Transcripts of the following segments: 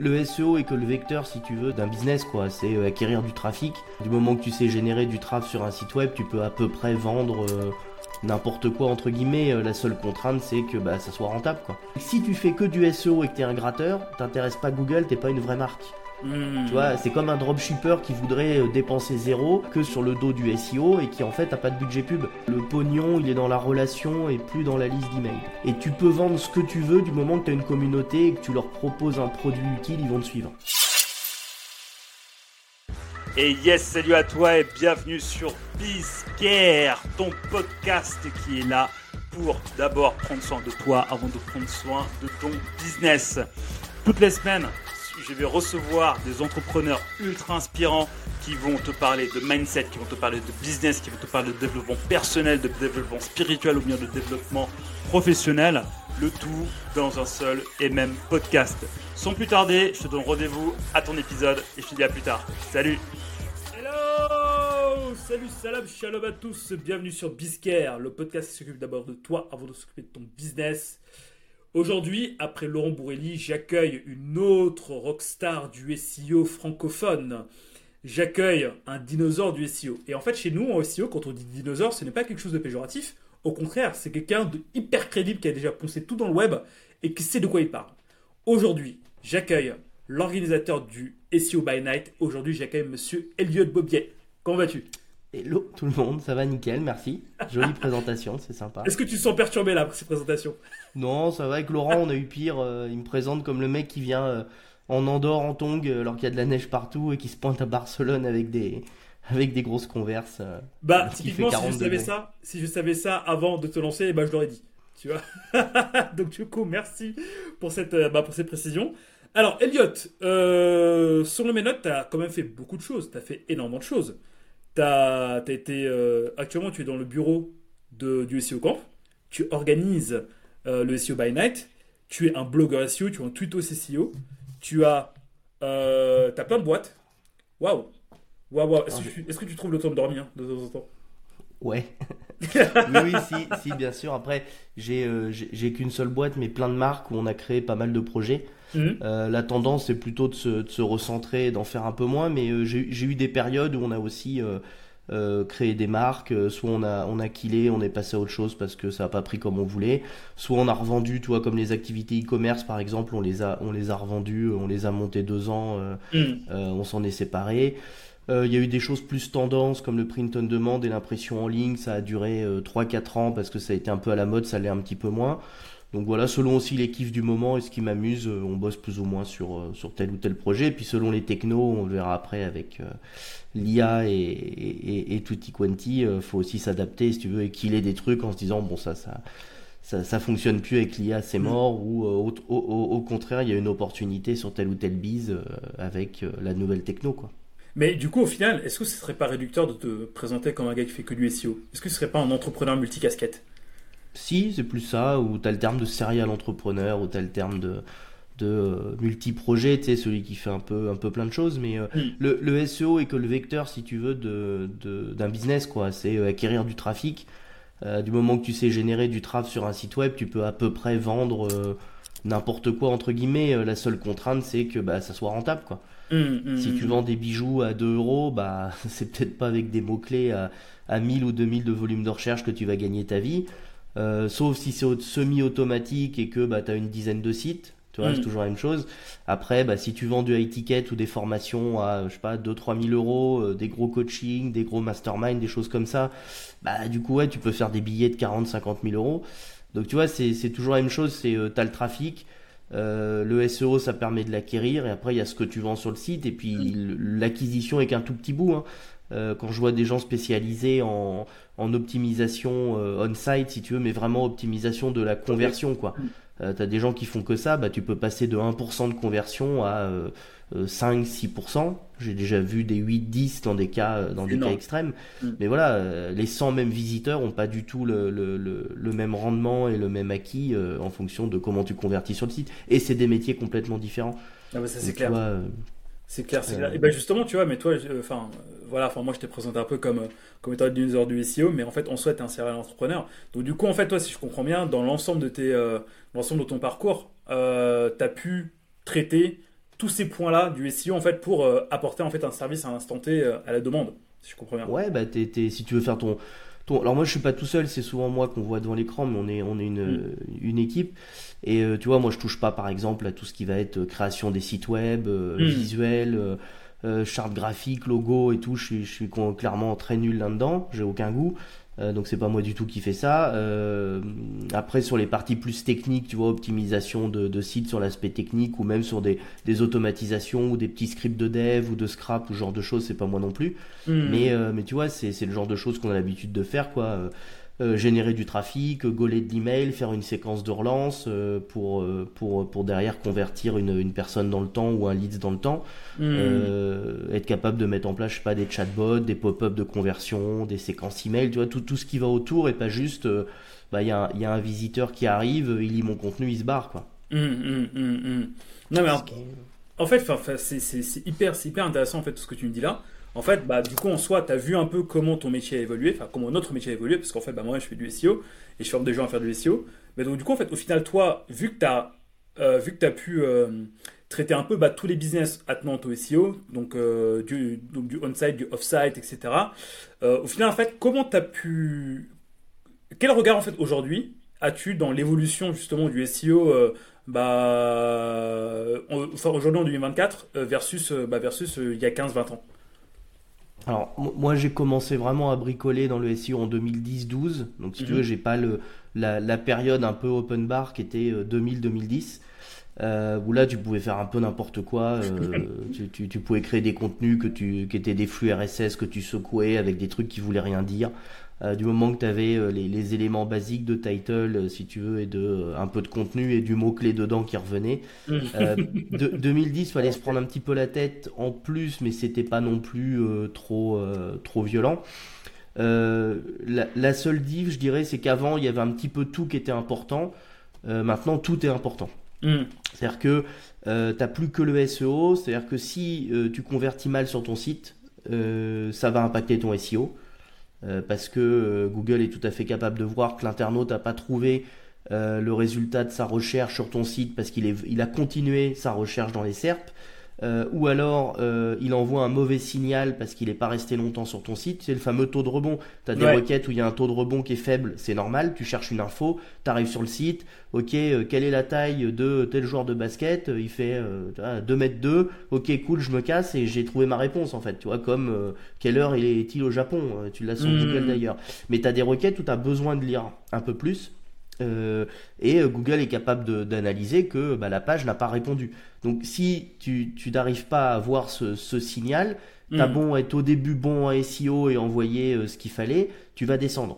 Le SEO est que le vecteur, si tu veux, d'un business, quoi. C'est acquérir du trafic. Du moment que tu sais générer du trafic sur un site web, tu peux à peu près vendre n'importe quoi, entre guillemets. La seule contrainte, c'est que ça soit rentable, quoi. Si tu fais que du SEO et que t'es un gratteur, t'intéresses pas Google, t'es pas une vraie marque. Tu vois, c'est comme un dropshipper qui voudrait dépenser zéro que sur le dos du SEO et qui en fait a pas de budget pub. Le pognon, il est dans la relation et plus dans la liste d'emails. Et tu peux vendre ce que tu veux du moment que tu as une communauté et que tu leur proposes un produit utile, ils vont te suivre. Et yes, salut à toi et bienvenue sur Bizcare, ton podcast qui est là pour d'abord prendre soin de toi avant de prendre soin de ton business. Toutes les semaines, je vais recevoir des entrepreneurs ultra inspirants qui vont te parler de mindset, qui vont te parler de business, qui vont te parler de développement personnel, de développement spirituel ou bien de développement professionnel. Le tout dans un seul et même podcast. Sans plus tarder, je te donne rendez-vous à ton épisode et je te dis à plus tard. Salut! Hello! Salut, salam, shalom à tous. Bienvenue sur Bizcare, le podcast qui s'occupe d'abord de toi avant de s'occuper de ton business. Aujourd'hui, après Laurent Bourrelli, j'accueille une autre rockstar du SEO francophone. J'accueille un dinosaure du SEO. Et en fait, chez nous, en SEO, quand on dit dinosaure, ce n'est pas quelque chose de péjoratif. Au contraire, c'est quelqu'un de hyper crédible qui a déjà poncé tout dans le web et qui sait de quoi il parle. Aujourd'hui, j'accueille l'organisateur du SEO by Night. Aujourd'hui, j'accueille monsieur Elliot Bobier. Comment vas-tu ? Hello tout le monde, ça va nickel, merci. Jolie présentation, c'est sympa. Est-ce que tu te sens perturbé là, pour cette présentation ? Non, ça va, avec Laurent, on a eu pire. Il me présente comme le mec qui vient en Andorre en tongs alors qu'il y a de la neige partout et qui se pointe à Barcelone avec des grosses converses. Typiquement, si je savais ça avant de te lancer, je l'aurais dit. Tu vois. Donc du coup, merci pour cette précision. Alors, Elliot, selon mes notes, tu as quand même fait beaucoup de choses. Tu as fait énormément de choses. T'as été, actuellement, tu es dans le bureau du SEO Camp. Tu organises le SEO by Night. Tu es un blogueur SEO. Tu es un tweetos SEO. T'as plein de boîtes. Waouh. Est-ce que tu trouves le temps de dormir de temps en temps ? Ouais. oui, si, bien sûr. Après, j'ai qu'une seule boîte, mais plein de marques où on a créé pas mal de projets. La tendance, c'est plutôt de se recentrer, d'en faire un peu moins, mais j'ai eu des périodes où on a aussi créé des marques. Soit on a killé, on est passé à autre chose parce que ça n'a pas pris comme on voulait. Soit on a revendu, tu vois, comme les activités e-commerce par exemple, on les a revendues, on les a montées 2 ans, on s'en est séparés. Il y a eu des choses plus tendances comme le print on demand et l'impression en ligne, ça a duré 3-4 ans parce que ça a été un peu à la mode, ça l'est un petit peu moins. Donc voilà, selon aussi les kiffs du moment et ce qui m'amuse, on bosse plus ou moins sur tel ou tel projet. Et puis selon les technos, on le verra après avec l'IA et tutti quanti, faut aussi s'adapter si tu veux et killer des trucs en se disant bon ça fonctionne plus avec l'IA, c'est mort, ou au contraire il y a une opportunité sur telle ou telle bise avec la nouvelle techno, quoi. Mais du coup, au final, est-ce que ce serait pas réducteur de te présenter comme un gars qui fait que du SEO ? Est-ce que ce serait pas un entrepreneur multicasquette ? Si, c'est plus ça, ou t'as le terme de serial entrepreneur, ou t'as le terme de multi-projet, tu sais, celui qui fait un peu plein de choses, mais le SEO est que le vecteur, si tu veux, d'un business, quoi. C'est acquérir du trafic. Du moment que tu sais générer du trafic sur un site web, tu peux à peu près vendre n'importe quoi, entre guillemets. La seule contrainte, c'est que ça soit rentable, quoi. Si tu vends des bijoux à 2 euros, c'est peut-être pas avec des mots-clés à 1000 ou 2000 de volume de recherche que tu vas gagner ta vie. Sauf si c'est semi-automatique et que tu as une dizaine de sites, tu vois, c'est toujours la même chose. Après, si tu vends du high ticket ou des formations à, je sais pas, 2-3 000 euros, des gros coachings, des gros masterminds, des choses comme ça, du coup, ouais, tu peux faire des billets de 40-50 000 euros. Donc, tu vois, c'est toujours la même chose, t'as le trafic. Le SEO, ça permet de l'acquérir, et après il y a ce que tu vends sur le site, et puis l'acquisition est qu'un tout petit bout, hein. Quand je vois des gens spécialisés en optimisation on-site, si tu veux, mais vraiment optimisation de la conversion, quoi. T'as des gens qui font que ça, tu peux passer de 1% de conversion à 5-6%. J'ai déjà vu des 8-10 dans des cas extrêmes. Mais voilà, les 100 mêmes visiteurs ont pas du tout le même rendement et le même acquis en fonction de comment tu convertis sur le site. Et c'est des métiers complètement différents. Ah bah ça, c'est clair. C'est clair. Et justement, tu vois, mais toi, moi je t'ai présenté un peu comme étant le dinosaure du SEO, mais en fait, en soi, t'es un serial entrepreneur. Donc du coup, en fait, toi, si je comprends bien, dans l'ensemble de ton parcours, t'as pu traiter tous ces points-là du SEO en fait pour apporter en fait un service à un instant T à la demande, si je comprends bien. Ouais, bah si tu veux faire alors moi je suis pas tout seul, c'est souvent moi qu'on voit devant l'écran, mais on est une équipe. Et tu vois, moi je touche pas par exemple à tout ce qui va être création des sites web, visuels, charte graphique, logo et tout. Je suis clairement très nul là-dedans, j'ai aucun goût. Donc c'est pas moi du tout qui fait ça. Après sur les parties plus techniques, tu vois, optimisation de sites sur l'aspect technique ou même sur des automatisations ou des petits scripts de dev ou de scrap ou ce genre de choses, c'est pas moi non plus. Mais tu vois, c'est le genre de choses qu'on a l'habitude de faire, quoi. Générer du trafic, gauler de l'email, faire une séquence de relance pour derrière convertir une personne dans le temps ou un lead dans le temps. Être capable de mettre en place, je sais pas, des chatbots, des pop-up de conversion, des séquences email, tu vois, tout ce qui va autour et pas juste, il y a un visiteur qui arrive, il lit mon contenu, il se barre, quoi. Non mais en fait, c'est hyper intéressant en fait tout ce que tu me dis là. En fait, du coup, en soi, tu as vu un peu comment ton métier a évolué, enfin, comment notre métier a évolué, parce qu'en fait, moi, je fais du SEO et je forme des gens à faire du SEO. Mais donc, du coup, en fait, au final, toi, vu que tu as pu traiter un peu tous les business attenant au SEO, donc du on-site, du off-site, etc. Au final, en fait, comment tu as pu. Quel regard, en fait, aujourd'hui, as-tu dans l'évolution, justement, du SEO aujourd'hui en 2024 versus il y a 15-20 ans? Alors, moi, j'ai commencé vraiment à bricoler dans le SEO en 2010-12. Donc, si tu veux, j'ai pas la période un peu open bar qui était 2000-2010. Où là, tu pouvais faire un peu n'importe quoi. Tu pouvais créer des contenus qui étaient des flux RSS que tu secouais avec des trucs qui voulaient rien dire. Du moment que tu avais les éléments basiques de title, si tu veux, et un peu de contenu et du mot-clé dedans qui revenait. 2010, il fallait se prendre un petit peu la tête en plus, mais c'était pas non plus trop violent. La seule diff, je dirais, c'est qu'avant, il y avait un petit peu tout qui était important. Maintenant, tout est important. C'est-à-dire que t'as plus que le SEO, c'est-à-dire que si tu convertis mal sur ton site, ça va impacter ton SEO. Parce que Google est tout à fait capable de voir que l'internaute n'a pas trouvé le résultat de sa recherche sur ton site parce qu'il a continué sa recherche dans les SERP. Ou alors il envoie un mauvais signal parce qu'il n'est pas resté longtemps sur ton site. C'est le fameux taux de rebond. Tu as des requêtes où il y a un taux de rebond qui est faible, c'est normal. Tu cherches une info, tu arrives sur le site. Ok, quelle est la taille de tel joueur de basket? Il fait 2 m. Ok, cool, je me casse et j'ai trouvé ma réponse en fait. Tu vois, comme quelle heure est-il au Japon? Tu l'as sur Google d'ailleurs. Mais tu as des requêtes où tu as besoin de lire un peu plus. Et Google est capable d'analyser que la page n'a pas répondu. Donc si tu n'arrives pas à voir ce signal, t'as bon être au début bon en SEO et envoyer ce qu'il fallait, tu vas descendre.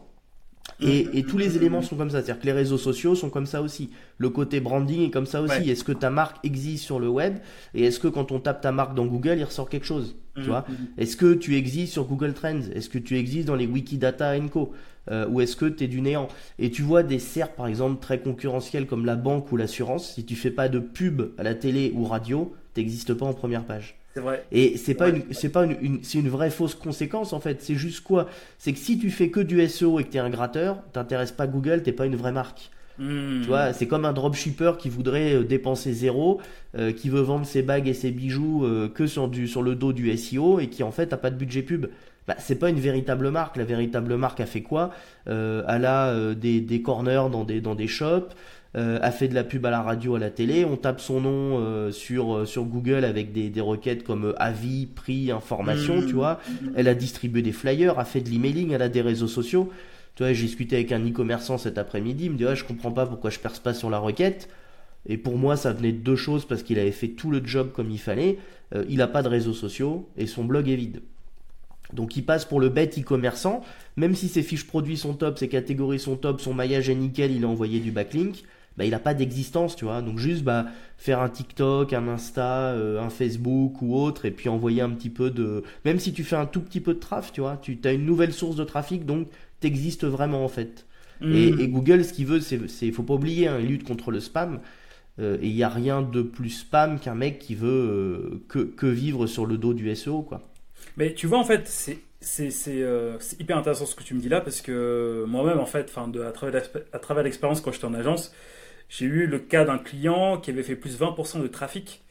Et tous les éléments sont comme ça, c'est-à-dire que les réseaux sociaux sont comme ça aussi. Le côté branding est comme ça aussi. Est-ce que ta marque existe sur le web? Et est-ce que quand on tape ta marque dans Google, il ressort quelque chose? Tu vois? Est-ce que tu existes sur Google Trends? Est-ce que tu existes dans les Wikidata & Co? Ou est-ce que tu es du néant? Et tu vois des SERP par exemple très concurrentiels comme la banque ou l'assurance, si tu fais pas de pub à la télé ou radio, t'existes pas en première page. C'est vrai. Et c'est une vraie fausse conséquence en fait. C'est juste quoi? C'est que si tu fais que du SEO et que t'es un gratteur, t'intéresses pas Google, t'es pas une vraie marque. Tu vois, c'est comme un dropshipper qui voudrait dépenser zéro, qui veut vendre ses bagues et ses bijoux que sur le dos du SEO et qui en fait a pas de budget pub. C'est pas une véritable marque. La véritable marque a fait quoi? Elle a des corners dans des shops, a fait de la pub à la radio, à la télé. On tape son nom sur Google avec des requêtes comme avis, prix, information, tu vois. Elle a distribué des flyers, a fait de l'emailing, elle a des réseaux sociaux. Tu vois, j'ai discuté avec un e-commerçant cet après-midi, il me dit je comprends pas pourquoi je perce pas sur la requête. Et pour moi, ça venait de deux choses, parce qu'il avait fait tout le job comme il fallait. Il a pas de réseaux sociaux et son blog est vide. Donc il passe pour le bête e-commerçant, même si ses fiches produits sont top, ses catégories sont top, son maillage est nickel, il a envoyé du backlink, il n'a pas d'existence, tu vois. Donc juste faire un TikTok, un Insta, un Facebook ou autre, et puis envoyer un petit peu de... Même si tu fais un tout petit peu de traf, tu vois, tu as une nouvelle source de trafic, donc t'existes vraiment en fait. Et Google, ce qu'il veut, c'est faut pas oublier, il lutte contre le spam. Et il n'y a rien de plus spam qu'un mec qui veut que vivre sur le dos du SEO, quoi. Mais tu vois, en fait, c'est hyper intéressant ce que tu me dis là, parce que moi-même, en fait, à travers l'expérience quand j'étais en agence, j'ai eu le cas d'un client qui avait fait plus 20% de trafic,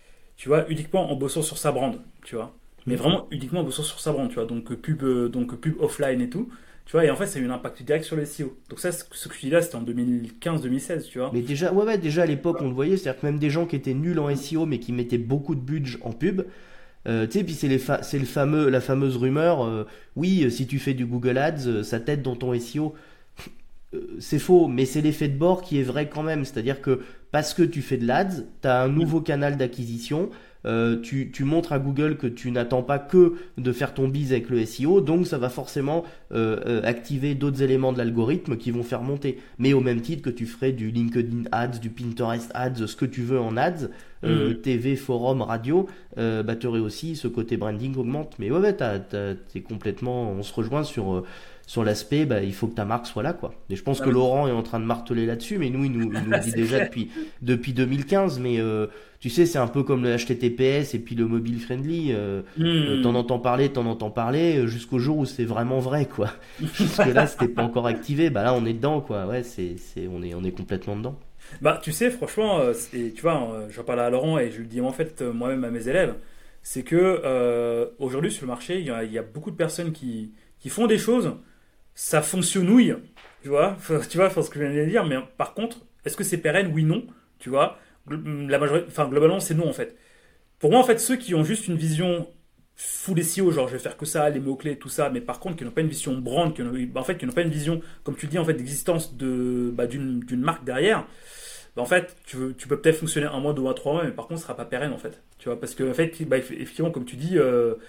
tu vois, uniquement en bossant sur sa brand, tu vois. Mais vraiment uniquement en bossant sur sa brand, tu vois. Donc pub offline et tout. Tu vois, et en fait, ça a eu un impact direct sur le SEO. Donc ça, ce que tu dis là, c'était en 2015-2016, tu vois. Mais déjà, déjà à l'époque, on le voyait, c'est-à-dire que même des gens qui étaient nuls en SEO, mais qui mettaient beaucoup de budget en pub, tu sais, puis c'est la fameuse rumeur, oui, si tu fais du Google Ads, ça t'aide dans ton SEO. C'est faux, mais c'est l'effet de bord qui est vrai quand même. C'est-à-dire que parce que tu fais de l'Ads, tu as un nouveau canal d'acquisition, tu montres à Google que tu n'attends pas que de faire ton bise avec le SEO, donc ça va forcément activer d'autres éléments de l'algorithme qui vont faire monter. Mais au même titre que tu ferais du LinkedIn Ads, du Pinterest Ads, ce que tu veux en Ads, TV, forum, radio, bah tu aurais aussi ce côté branding augmente. Mais ouais, t'es complètement, on se rejoint sur l'aspect, bah, il faut que ta marque soit là, quoi. Et je pense que Laurent est en train de marteler là-dessus, mais nous, il nous le dit déjà depuis 2015. Mais tu sais, c'est un peu comme le HTTPS et puis le mobile friendly. T'en entends parler, jusqu'au jour où c'est vraiment vrai, quoi. Parce que là, c'était pas encore activé. Bah là, on est dedans, quoi. Ouais, on est complètement dedans. Bah, tu sais, franchement, tu vois, j'en parlais à Laurent et je le dis en fait moi-même à mes élèves, c'est que aujourd'hui sur le marché, il y a beaucoup de personnes qui font des choses. Ça fonctionnouille, tu vois, ce que je viens de dire, mais par contre, est-ce que c'est pérenne? Oui, non, tu vois. Globalement, c'est non, en fait. Pour moi, en fait, ceux qui ont juste une vision full SEO, genre je vais faire que ça, les mots-clés, tout ça, mais par contre, qui n'ont pas une vision brand, qui n'ont pas une vision, comme tu dis, en fait, d'existence d'une marque derrière, bah, en fait, tu peux peut-être fonctionner 1 mois, 2 mois, 3 mois, mais par contre, ce sera pas pérenne, en fait. Tu vois, parce que, en fait, bah, effectivement, comme tu dis,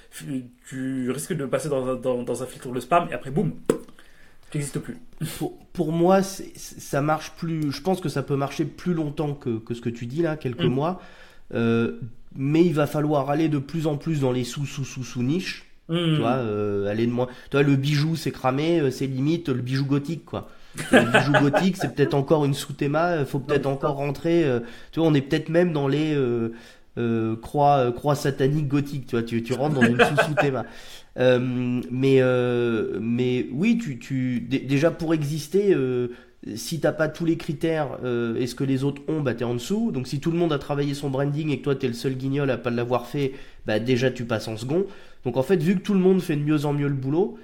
tu risques de passer dans un filtre de spam, et après, boum, tu n'existes plus. Pour moi, ça marche plus. Je pense que ça peut marcher plus longtemps que ce que tu dis là, quelques mois. Mais il va falloir aller de plus en plus dans les sous-niches. Tu vois, aller de moins. Tu vois, le bijou, c'est cramé, c'est limite le bijou gothique, quoi. Le bijou gothique, c'est peut-être encore une sous-théma, faut peut-être encore rentrer. Tu vois, on est peut-être même dans les croix sataniques gothiques. Tu vois, tu rentres dans une sous-théma. Mais oui, déjà pour exister, si t'as pas tous les critères et ce que les autres ont, bah t'es en dessous. Donc si tout le monde a travaillé son branding et que toi t'es le seul guignol à pas l'avoir fait, bah déjà tu passes en second. Donc en fait, vu que tout le monde fait de mieux en mieux le boulot,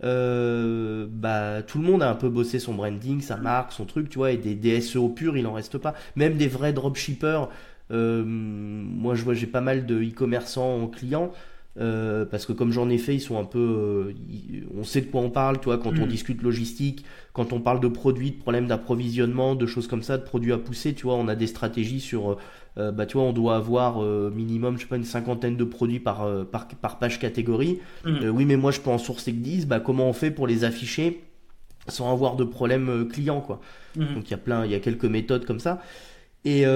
bah tout le monde a un peu bossé son branding, sa marque, son truc, tu vois. Et des SEO purs, il en reste pas. Même des vrais dropshippers. Moi je vois, j'ai pas mal de e-commerçants en clients. Parce que comme j'en ai fait, ils sont un peu on sait de quoi on parle, tu vois, quand on discute logistique, quand on parle de produits, de problèmes d'approvisionnement, de choses comme ça, de produits à pousser, tu vois, on a des stratégies sur bah tu vois, on doit avoir minimum, je sais pas, une 50aine de produits par page catégorie. Oui, mais moi je peux en sourcer que 10, bah comment on fait pour les afficher sans avoir de problème client, quoi. Donc il y a quelques méthodes comme ça. Et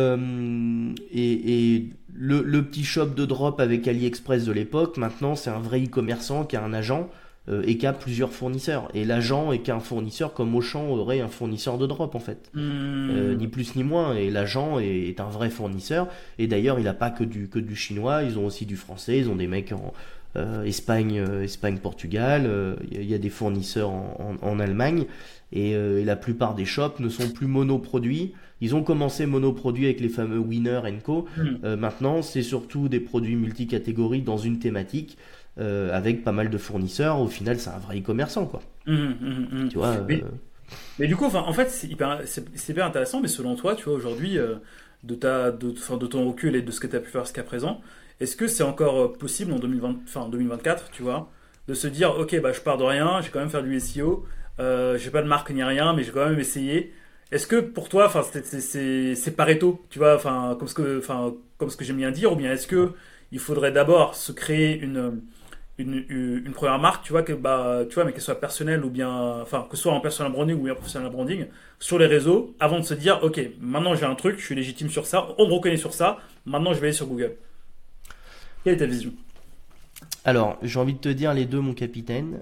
le petit shop de drop avec AliExpress de l'époque, maintenant c'est un vrai e-commerçant qui a un agent et qui a plusieurs fournisseurs. Et l'agent est qu'un fournisseur comme Auchan aurait un fournisseur de drop en fait. Ni plus ni moins. Et l'agent est un vrai fournisseur. Et d'ailleurs il n'a pas que du chinois, ils ont aussi du français, ils ont des mecs en Espagne, Portugal, il y a des fournisseurs en Allemagne. Et la plupart des shops ne sont plus monoproduits. Ils ont commencé monoproduits avec les fameux Winner & Co. Maintenant, c'est surtout des produits multicatégories dans une thématique avec pas mal de fournisseurs. Au final, c'est un vrai e-commerçant, quoi. Tu vois. Mais du coup, en fait, c'est hyper intéressant. Mais selon toi, tu vois, aujourd'hui, de ton recul et de ce que tu as pu faire jusqu'à présent, est-ce que c'est encore possible en 2024, tu vois, de se dire, ok, bah je pars de rien, je vais quand même faire du SEO. J'ai pas de marque ni rien, mais j'ai quand même essayé. Est-ce que pour toi, c'est Pareto, tu vois, comme ce que j'aime bien dire, ou bien est-ce que il faudrait d'abord se créer une première marque, tu vois, mais qu'elle soit personnelle ou bien, que ce soit en personal branding ou bien professionnel branding sur les réseaux, avant de se dire, ok, maintenant j'ai un truc, je suis légitime sur ça, on me reconnaît sur ça, maintenant je vais aller sur Google. Quelle est ta vision? Alors, j'ai envie de te dire les deux, mon capitaine.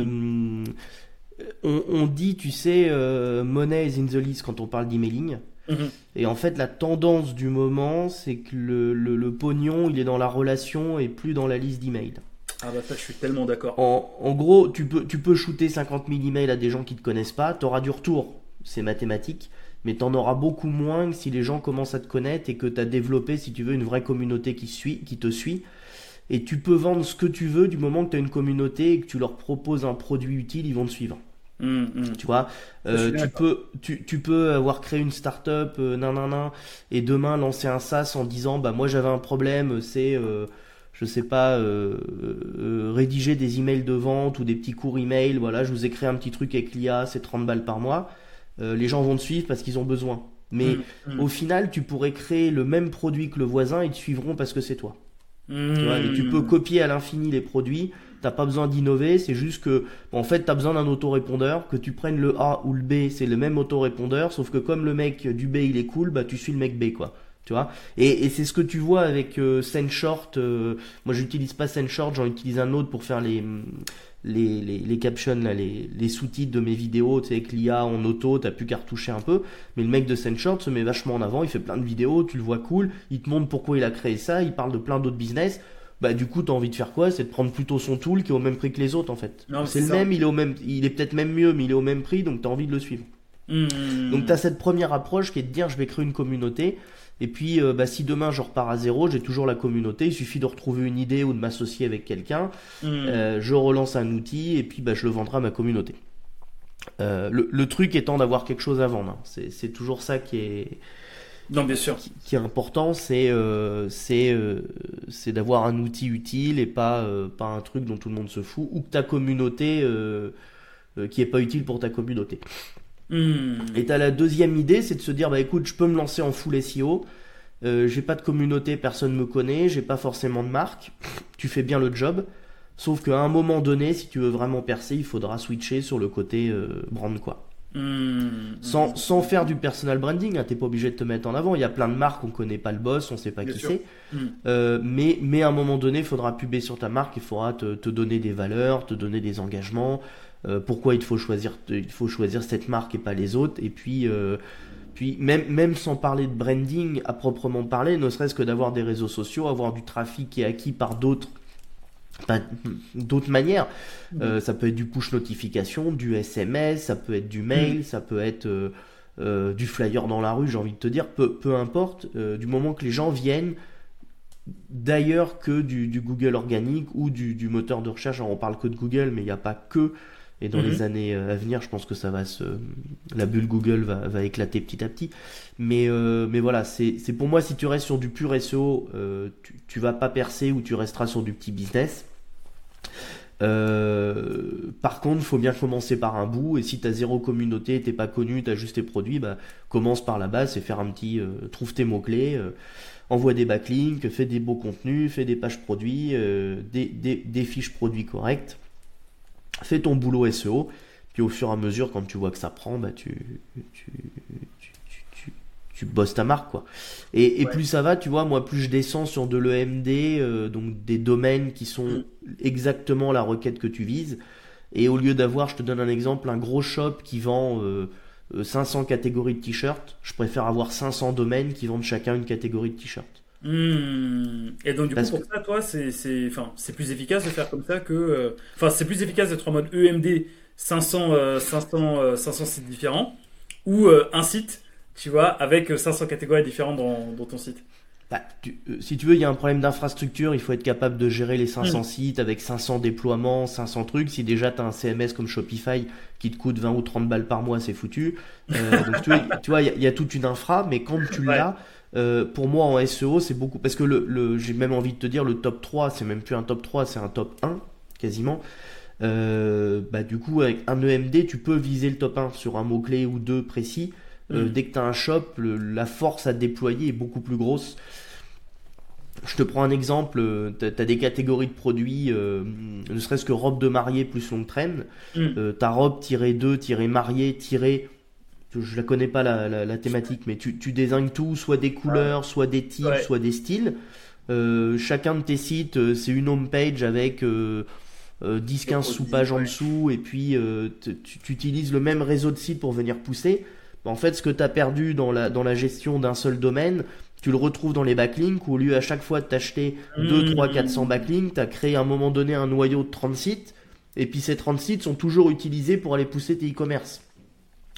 On dit, tu sais, money is in the list quand on parle d'emailing. Et en fait, la tendance du moment, c'est que le pognon, il est dans la relation et plus dans la liste d'emails. Ah bah ça, je suis tellement d'accord. En gros, tu peux shooter 50 000 emails à des gens qui te connaissent pas, t'auras du retour, c'est mathématique. mais t'en auras beaucoup moins que si les gens commencent à te connaître et que t'as développé, si tu veux, une vraie communauté qui te suit. Et tu peux vendre ce que tu veux du moment que tu as une communauté et que tu leur proposes un produit utile, ils vont te suivre. Tu vois, tu peux avoir créé une start-up, et demain lancer un SaaS en disant, bah moi j'avais un problème, c'est, je sais pas, rédiger des emails de vente ou des petits courts emails, voilà, je vous ai créé un petit truc avec l'IA, c'est 30 balles par mois. Les gens vont te suivre parce qu'ils ont besoin. Mais au final, tu pourrais créer le même produit que le voisin, ils te suivront parce que c'est toi. Tu vois, et tu peux copier à l'infini les produits, t'as pas besoin d'innover, c'est juste que en fait t'as besoin d'un autorépondeur, que tu prennes le A ou le B, c'est le même autorépondeur, sauf que comme le mec du B il est cool, bah tu suis le mec B quoi. Tu vois, et c'est ce que tu vois avec SendShort. Moi j'utilise pas SendShort, j'en utilise un autre pour faire les captions là, les sous-titres de mes vidéos, tu sais, avec l'IA en auto, t'as plus qu'à retoucher un peu, mais le mec de SendShort se met vachement en avant, il fait plein de vidéos, tu le vois cool, il te montre pourquoi il a créé ça, il parle de plein d'autres business. Bah du coup t'as envie de faire quoi? C'est de prendre plutôt son tool qui est au même prix que les autres en fait. Non, c'est le même, il est peut-être même mieux, mais il est au même prix, donc t'as envie de le suivre. Donc t'as cette première approche qui est de dire je vais créer une communauté. Et puis, si demain je repars à zéro, j'ai toujours la communauté. Il suffit de retrouver une idée ou de m'associer avec quelqu'un. Je relance un outil et puis je le vendrai à ma communauté. Le truc étant d'avoir quelque chose à vendre. Hein. C'est toujours ça qui est. Non, bien sûr. Qui est important, c'est d'avoir un outil utile et pas un truc dont tout le monde se fout ou que ta communauté qui est pas utile pour ta communauté. Et t'as la deuxième idée, c'est de se dire écoute, je peux me lancer en full SEO, j'ai pas de communauté, personne me connaît, j'ai pas forcément de marque, tu fais bien le job, sauf qu'à un moment donné, si tu veux vraiment percer, il faudra switcher sur le côté brand quoi. Sans faire du personal branding, hein, t'es pas obligé de te mettre en avant, il y a plein de marques, on connaît pas le boss, on sait pas qui c'est, mais à un moment donné, il faudra puber sur ta marque, il faudra te donner des valeurs, te donner des engagements. Pourquoi il faut choisir cette marque et pas les autres, et puis même sans parler de branding à proprement parler, ne serait-ce que d'avoir des réseaux sociaux, avoir du trafic qui est acquis par d'autres manières. Ça peut être du push notification, du SMS, ça peut être du mail, ça peut être du flyer dans la rue, j'ai envie de te dire, peu importe, du moment que les gens viennent d'ailleurs que du Google organique ou du moteur de recherche. Alors on parle que de Google, mais il n'y a pas que. Et dans les années à venir, je pense que la bulle Google va éclater petit à petit. Mais voilà, c'est pour moi, si tu restes sur du pur SEO, tu vas pas percer ou tu resteras sur du petit business. Par contre, il faut bien commencer par un bout. Et si tu as zéro communauté, t'es pas connu, tu as juste tes produits, commence par la base et faire un petit trouve tes mots-clés. Envoie des backlinks, fais des beaux contenus, fais des pages produits, des fiches produits correctes. Fais ton boulot SEO, puis au fur et à mesure, quand tu vois que ça prend, tu bosses ta marque, quoi. Et plus ça va, tu vois, moi, plus je descends sur de l'EMD, donc des domaines qui sont exactement la requête que tu vises. Et au lieu d'avoir, je te donne un exemple, un gros shop qui vend 500 catégories de t-shirts, je préfère avoir 500 domaines qui vendent chacun une catégorie de t-shirts. Et donc du coup pour ça toi c'est plus efficace de faire comme ça que c'est plus efficace d'être en mode EMD 500 sites différents ou un site, tu vois, avec 500 catégories différentes dans ton site. Si tu veux, il y a un problème d'infrastructure, il faut être capable de gérer les 500 sites avec 500 déploiements, 500 trucs. Si déjà tu as un CMS comme Shopify qui te coûte 20 ou 30 balles par mois, c'est foutu. Donc tu vois, il y a toute une infra, mais quand tu l'as, pour moi en SEO, c'est beaucoup, parce que j'ai même envie de te dire, le top 3, c'est même plus un top 3, c'est un top 1 quasiment. Du coup, avec un EMD, tu peux viser le top 1 sur un mot-clé ou deux précis. Dès que tu as un shop, la force à déployer est beaucoup plus grosse. Je te prends un exemple, tu as des catégories de produits, ne serait-ce que robe de mariée plus longue traîne. Ta robe-2-mariée- je la connais pas la thématique, mais tu désignes tout, soit des couleurs, soit des types, soit des styles. Chacun de tes sites, c'est une home page avec 10-15 sous-pages en dessous, et puis tu utilises le même réseau de sites pour venir pousser. En fait, ce que tu as perdu dans la gestion d'un seul domaine, tu le retrouves dans les backlinks, où au lieu à chaque fois de t'acheter 2, 3, 400 backlinks, tu as créé à un moment donné un noyau de 30 sites, et puis ces 30 sites sont toujours utilisés pour aller pousser tes e-commerce.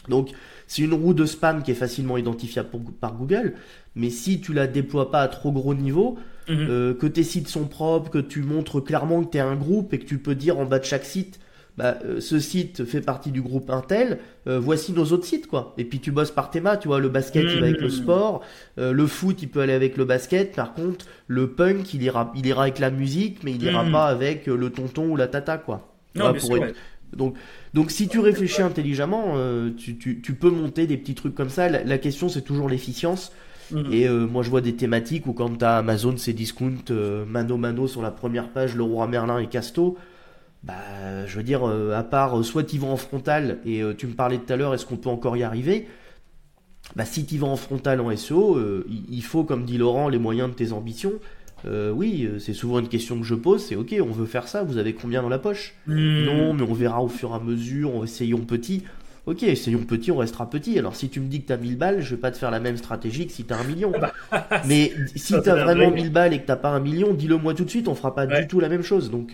Donc c'est une roue de spam qui est facilement identifiable par Google, mais si tu la déploies pas à trop gros niveau, que tes sites sont propres, que tu montres clairement que tu es un groupe et que tu peux dire en bas de chaque site, ce site fait partie du groupe Intel, voici nos autres sites, quoi. Et puis tu bosses par théma, tu vois, le basket il va avec le sport, le foot il peut aller avec le basket, par contre le punk il ira avec la musique, mais il ira pas avec le tonton ou la tata, quoi. Non, Donc si tu réfléchis intelligemment, tu peux monter des petits trucs comme ça. La question c'est toujours l'efficience. Et moi je vois des thématiques où quand t'as Amazon c'est discount, mano sur la première page, Leroy Merlin et Casto, je veux dire, à part soit t'y vas en frontal, et tu me parlais tout à l'heure, est-ce qu'on peut encore y arriver? Si t'y vas en frontal en SEO, il faut, comme dit Laurent, les moyens de tes ambitions. Oui, c'est souvent une question que je pose, c'est ok, on veut faire ça, vous avez combien dans la poche? Non, mais on verra au fur et à mesure, essayons petit. Ok, essayons petit, on restera petit. Alors si tu me dis que t'as 1000 balles, je vais pas te faire la même stratégie que si t'as 1 million. Mais si t'as vraiment 1000 balles et que t'as pas 1 million, dis-le moi tout de suite, on fera pas du tout la même chose. Donc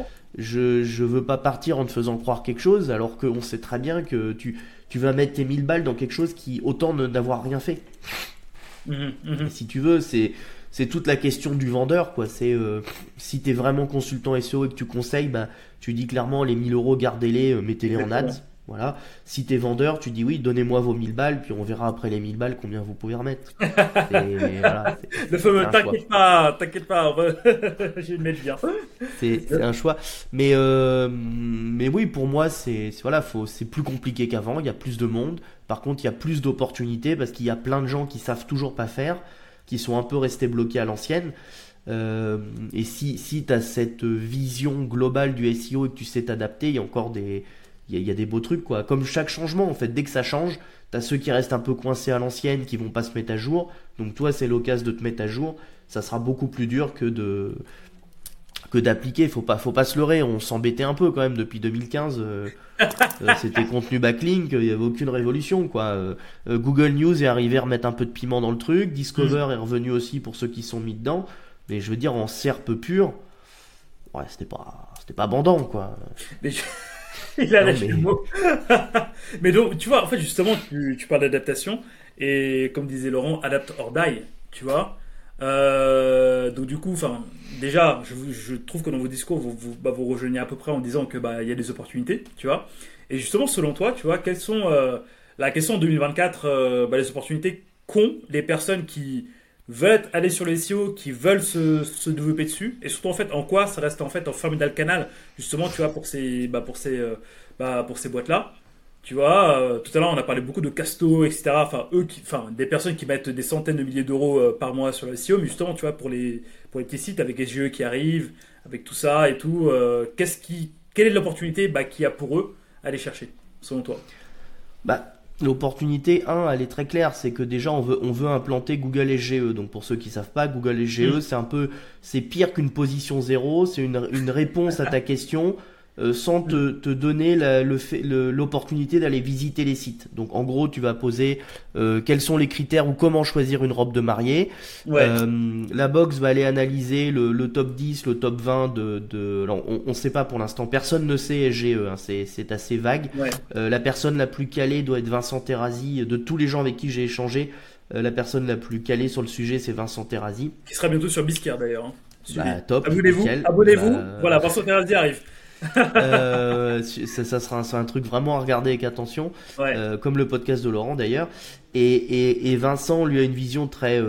je veux pas partir en te faisant croire quelque chose, alors qu'on sait très bien que tu vas mettre tes 1000 balles dans quelque chose qui autant n'avoir rien fait. Et si tu veux, c'est toute la question du vendeur, quoi. C'est si t'es vraiment consultant SEO et que tu conseilles, tu dis clairement les 1000 euros, gardez-les, mettez-les en ads. Voilà. Si t'es vendeur, tu dis oui, donnez-moi vos 1000 balles, puis on verra après les 1000 balles combien vous pouvez remettre. Le fameux t'inquiète pas, je vais le mettre bien. C'est un choix. Mais oui, pour moi, c'est plus compliqué qu'avant. Il y a plus de monde. Par contre, il y a plus d'opportunités parce qu'il y a plein de gens qui savent toujours pas faire, qui sont un peu restés bloqués à l'ancienne. Et si tu as cette vision globale du SEO et que tu sais t'adapter, il y a encore il y a des beaux trucs, quoi. Comme chaque changement, en fait, dès que ça change, t'as ceux qui restent un peu coincés à l'ancienne, qui vont pas se mettre à jour. Donc toi, c'est l'occasion de te mettre à jour. Ça sera beaucoup plus dur que d'appliquer. Faut pas se leurrer. On s'embêtait un peu quand même depuis 2015. C'était contenu backlink. Il y avait aucune révolution, quoi. Google News est arrivé à remettre un peu de piment dans le truc. Discover est revenu aussi pour ceux qui sont mis dedans. Mais je veux dire, en SERP pur, ouais, c'était pas bandant, quoi. Il a lâché le mot. Mais donc, tu vois, en fait, justement, tu parles d'adaptation. Et comme disait Laurent, adapt or die, tu vois. Donc, du coup, déjà, je trouve que dans vos discours, vous rejoignez à peu près en disant que il y a des opportunités, tu vois. Et justement, selon toi, tu vois, quelles sont la question en 2024, les opportunités qu'ont les personnes qui veulent aller sur le SEO, qui veulent se développer dessus, et surtout en fait en quoi ça reste en fait un formidable canal justement, tu vois, pour ces boîtes-là, tu vois. Tout à l'heure on a parlé beaucoup de Casto, etc. Des personnes qui mettent des centaines de milliers d'euros par mois sur le SEO, mais justement, tu vois, pour les petits sites avec SGE qui arrivent, avec tout ça et tout, quelle est l'opportunité qu'il y a pour eux à aller chercher selon toi? L'opportunité, elle est très claire, c'est que déjà on veut implanter Google SGE. Donc pour ceux qui savent pas, Google SGE, c'est pire qu'une position 0, c'est une réponse à ta question sans te donner l'opportunité d'aller visiter les sites. Donc en gros, tu vas poser quels sont les critères ou comment choisir une robe de mariée. La box va aller analyser le top 10, le top 20 alors, on sait pas pour l'instant, personne ne sait SGE, c'est assez vague. La personne la plus calée doit être Vincent Terrazi. De tous les gens avec qui j'ai échangé, la personne la plus calée sur le sujet, c'est Vincent Terrazi. Qui sera bientôt sur Biscare d'ailleurs. Top. Abonnez-vous. Voilà, Vincent Terrazi arrive. Ça sera un truc vraiment à regarder avec attention, comme le podcast de Laurent d'ailleurs. Et Vincent lui a une vision très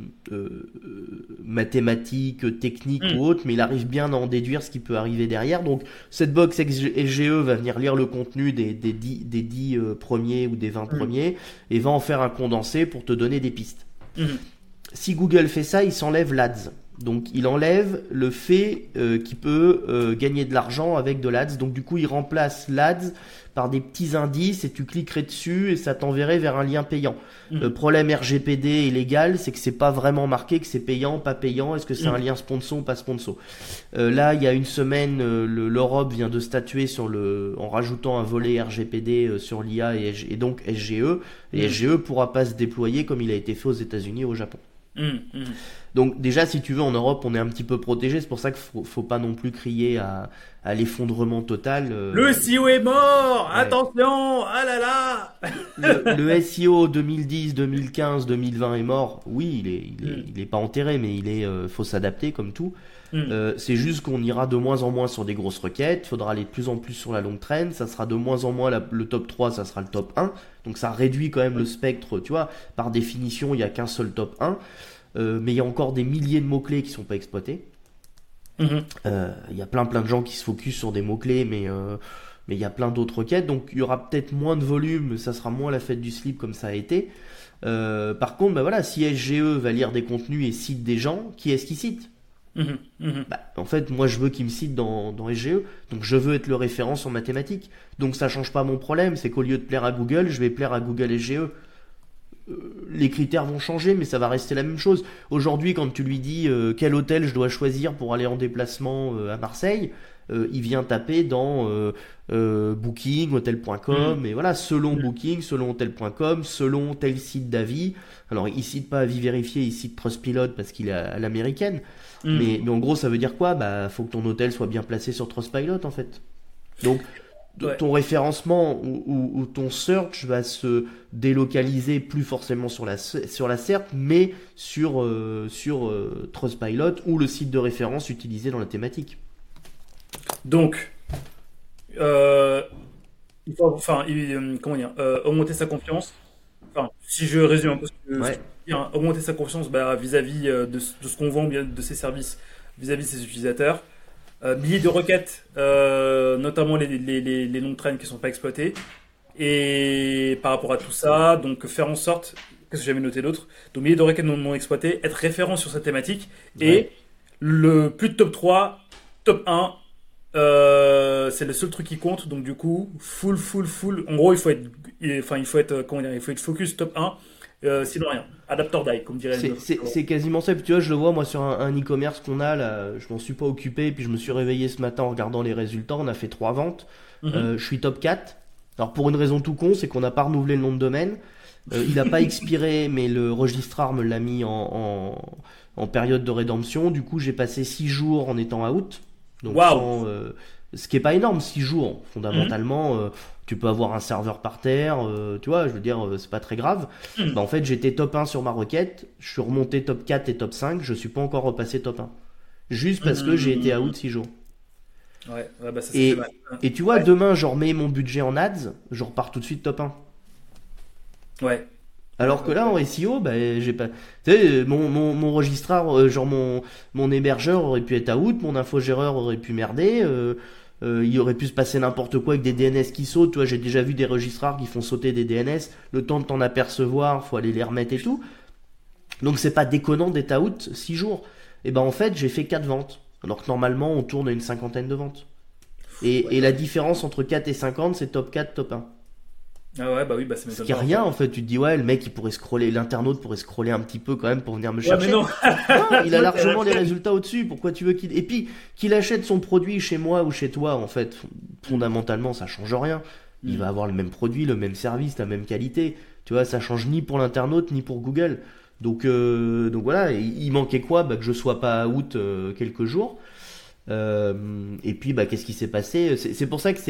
mathématique, technique ou autre, mais il arrive bien à en déduire ce qui peut arriver derrière. Donc cette box SGE va venir lire le contenu des 10 premiers ou des 20 premiers et va en faire un condensé pour te donner des pistes. Si Google fait ça, il s'enlève l'ADS. Donc il enlève le fait qu'il peut gagner de l'argent avec de l'ADS. Donc du coup il remplace l'ADS par des petits indices et tu cliquerais dessus et ça t'enverrait vers un lien payant. Le problème RGPD et légal, c'est que c'est pas vraiment marqué que c'est payant, pas payant. Est-ce que c'est un lien sponsor ou pas sponsor? Là il y a une semaine, l'Europe vient de statuer en rajoutant un volet RGPD sur l'IA et donc SGE. Et SGE pourra pas se déployer comme il a été fait aux États-Unis et au Japon. Donc déjà, si tu veux, en Europe, on est un petit peu protégé. C'est pour ça qu'il faut pas non plus crier à l'effondrement total. Le SEO est mort. Ouais. Attention. Ah là là. Le SEO 2010, 2015, 2020 est mort. Oui, il est pas enterré, mais faut s'adapter comme tout. C'est juste qu'on ira de moins en moins sur des grosses requêtes. Il faudra aller de plus en plus sur la longue traîne. Ça sera de moins en moins le top 3, ça sera le top 1. Donc ça réduit quand même le spectre. Tu vois, par définition, il y a qu'un seul top 1. Mais il y a encore des milliers de mots-clés qui sont pas exploités. Il y a plein de gens qui se focus sur des mots-clés, mais il y a plein d'autres requêtes. Donc il y aura peut-être moins de volume, ça sera moins la fête du slip comme ça a été. Par contre, bah voilà, si SGE va lire des contenus et cite des gens, qui est-ce qui cite? Bah, en fait, moi je veux qu'il me cite dans SGE, donc je veux être le référent en mathématiques. Donc ça change pas mon problème, c'est qu'au lieu de plaire à Google, je vais plaire à Google SGE. Les critères vont changer, mais ça va rester la même chose. Aujourd'hui, quand tu lui dis quel hôtel je dois choisir pour aller en déplacement à Marseille, il vient taper dans Booking, Hotel.com, et voilà, selon Booking, selon Hotel.com, selon tel site d'avis. Alors, il cite pas Avis Vérifié, il cite Trustpilot parce qu'il est à l'américaine. Mais en gros, ça veut dire quoi? Bah, faut que ton hôtel soit bien placé sur Trustpilot, en fait. Donc, ton référencement ou ton search va se délocaliser plus forcément sur la SERP, mais sur Trustpilot ou le site de référence utilisé dans la thématique. Donc, il faut, comment dire, augmenter sa confiance. Enfin, si je résume un peu ce que je veux dire, augmenter sa confiance vis-à-vis de ce qu'on vend, de ses services, vis-à-vis de ses utilisateurs. Milliers de requêtes, notamment les longues traînes qui ne sont pas exploitées. Et par rapport à tout ça, donc faire en sorte, qu'est-ce que j'avais noté d'autre? Donc milliers de requêtes non exploitées, être référent sur cette thématique. Et le plus de top 3, top 1, c'est le seul truc qui compte. Donc du coup, full. En gros, il faut être focus top 1. Sinon rien. Adapt or die, comme dirait. C'est quasiment ça. Puis tu vois, je le vois moi sur un e-commerce qu'on a là. Je m'en suis pas occupé. Puis je me suis réveillé ce matin en regardant les résultats. On a fait 3 ventes. Je suis top 4. Alors pour une raison tout con, c'est qu'on n'a pas renouvelé le nom de domaine. Il n'a pas expiré, mais le registrar me l'a mis en période de rédemption. Du coup, j'ai passé 6 jours en étant out. Donc ce qui est pas énorme, 6 jours. Fondamentalement, tu peux avoir un serveur par terre, tu vois, je veux dire, c'est pas très grave. Bah, en fait, j'étais top 1 sur ma requête, je suis remonté top 4 et top 5, je suis pas encore repassé top 1. Juste parce que j'ai été out 6 jours. Bah ça, et tu vois, demain, je remets mon budget en ads, je repars tout de suite top 1. Alors que là, en SEO, bah, j'ai pas, tu sais, mon registrar, genre mon hébergeur aurait pu être out, mon infogéreur aurait pu merder, il aurait pu se passer n'importe quoi avec des DNS qui sautent. Tu vois, j'ai déjà vu des registrars qui font sauter des DNS, le temps de t'en apercevoir, faut aller les remettre et tout. Donc c'est pas déconnant d'être out 6 jours. Et ben en fait, j'ai fait 4 ventes. Alors que normalement, on tourne à une cinquantaine de ventes. Et la différence entre 4 et 50, c'est top 4, top 1. C'est ce qui est rien en fait. Tu te dis le mec il pourrait scroller, l'internaute pourrait scroller un petit peu quand même pour venir me chercher. Mais non. Non, il a largement les résultats au-dessus. Pourquoi tu veux qu'il... Et puis qu'il achète son produit chez moi ou chez toi, en fait, fondamentalement ça change rien. Il va avoir le même produit, le même service, la même qualité. Tu vois, ça change ni pour l'internaute ni pour Google. Donc voilà, il manquait quoi? Que je sois pas out quelques jours. Et puis qu'est-ce qui s'est passé? C'est pour ça que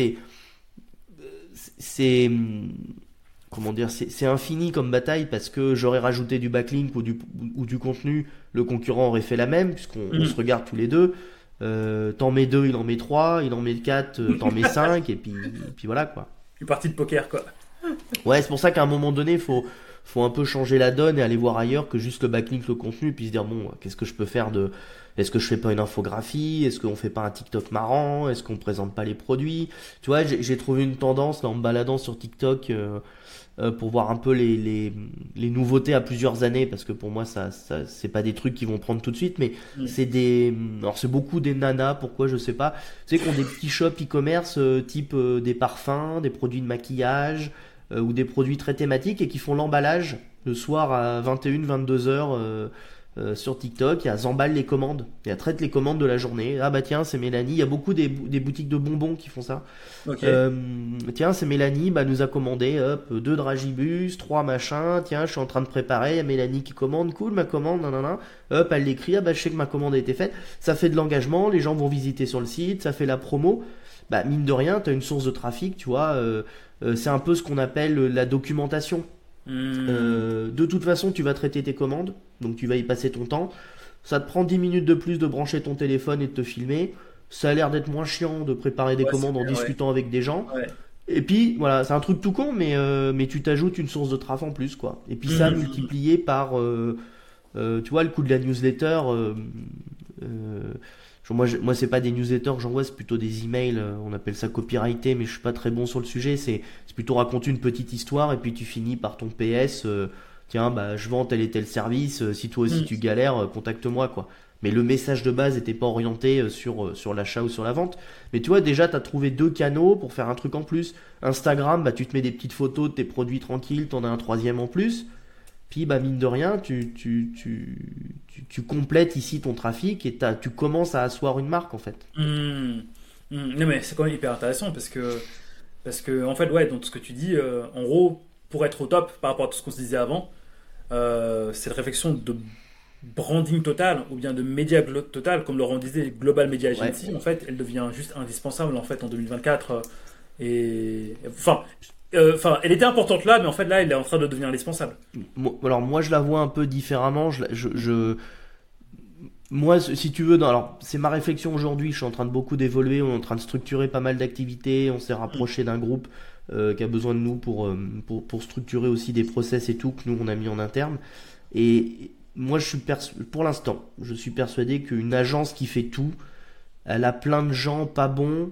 c'est comment dire, c'est infini comme bataille, parce que j'aurais rajouté du backlink ou du contenu, le concurrent aurait fait la même, puisqu'on se regarde tous les deux. T'en mets 2, il en met 3, il en met 4, t'en mets 5, et puis voilà quoi. Une partie de poker quoi. Ouais, c'est pour ça qu'à un moment donné, faut un peu changer la donne et aller voir ailleurs que juste le backlink, le contenu, et puis se dire bon, qu'est-ce que je peux faire est-ce que je fais pas une infographie? Est-ce qu'on fait pas un TikTok marrant? Est-ce qu'on présente pas les produits? Tu vois, j'ai trouvé une tendance là en me baladant sur TikTok pour voir un peu les nouveautés à plusieurs années, parce que pour moi ça c'est pas des trucs qui vont prendre tout de suite, mais c'est c'est beaucoup des nanas, pourquoi je sais pas, tu sais, qui ont des petits shops e-commerce type des parfums, des produits de maquillage ou des produits très thématiques, et qui font l'emballage le soir à 21-22 heures sur TikTok, et elle emballe les commandes, et elle traite les commandes de la journée. Ah bah tiens, c'est Mélanie, il y a beaucoup des boutiques de bonbons qui font ça. Tiens, c'est Mélanie, bah nous a commandé 2 dragibus, 3 machins, tiens, je suis en train de préparer, il y a Mélanie qui commande, cool, ma commande, nanana. Hop, elle l'écrit, ah bah je sais que ma commande a été faite. Ça fait de l'engagement, les gens vont visiter sur le site, ça fait la promo. Bah mine de rien, t'as une source de trafic, tu vois, c'est un peu ce qu'on appelle la documentation. De toute façon, tu vas traiter tes commandes, donc tu vas y passer ton temps. Ça te prend 10 minutes de plus de brancher ton téléphone et de te filmer. Ça a l'air d'être moins chiant de préparer des commandes en discutant avec des gens. Ouais. Et puis, voilà, c'est un truc tout con, mais tu t'ajoutes une source de traf en plus, quoi. Et puis ça, multiplié par, tu vois, le coût de la newsletter. Moi, c'est pas des newsletters que j'envoie, c'est plutôt des emails. On appelle ça copyrighté, mais je suis pas très bon sur le sujet. C'est plutôt raconter une petite histoire et puis tu finis par ton PS. Tiens, bah, je vends tel et tel service. Si toi aussi tu galères, contacte-moi, quoi. Mais le message de base n'était pas orienté sur l'achat ou sur la vente. Mais tu vois, déjà, tu as trouvé 2 canaux pour faire un truc en plus. Instagram, bah, tu te mets des petites photos de tes produits tranquilles, tu en as un 3e en plus. Puis, bah, mine de rien, tu complètes ici ton trafic et tu commences à asseoir une marque, en fait. Non, mais c'est quand même hyper intéressant parce que en fait, ouais, donc ce que tu dis, en gros, pour être au top par rapport à tout ce qu'on se disait avant, cette réflexion de branding total ou bien de média total, comme Laurent disait, Global Media Agency, en fait, elle devient juste indispensable en fait en 2024. Elle était importante là, mais en fait là, elle est en train de devenir indispensable. Alors moi, je la vois un peu différemment. Moi, si tu veux, alors c'est ma réflexion aujourd'hui. Je suis en train de beaucoup d'évoluer. On est en train de structurer pas mal d'activités. On s'est rapproché d'un groupe qui a besoin de nous pour structurer aussi des process et tout que nous on a mis en interne. Et moi, pour l'instant, je suis persuadé qu'une agence qui fait tout, elle a plein de gens pas bons,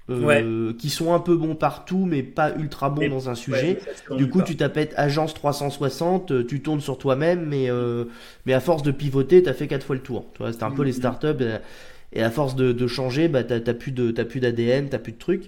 qui sont un peu bons partout, mais pas ultra bons dans un sujet. Du coup, tu t'appelles agence 360, tu tournes sur toi-même, mais à force de pivoter, t'as fait 4 fois le tour. Tu vois, c'était un peu les startups, et à force de changer, bah, t'as plus d'ADN, t'as plus de trucs.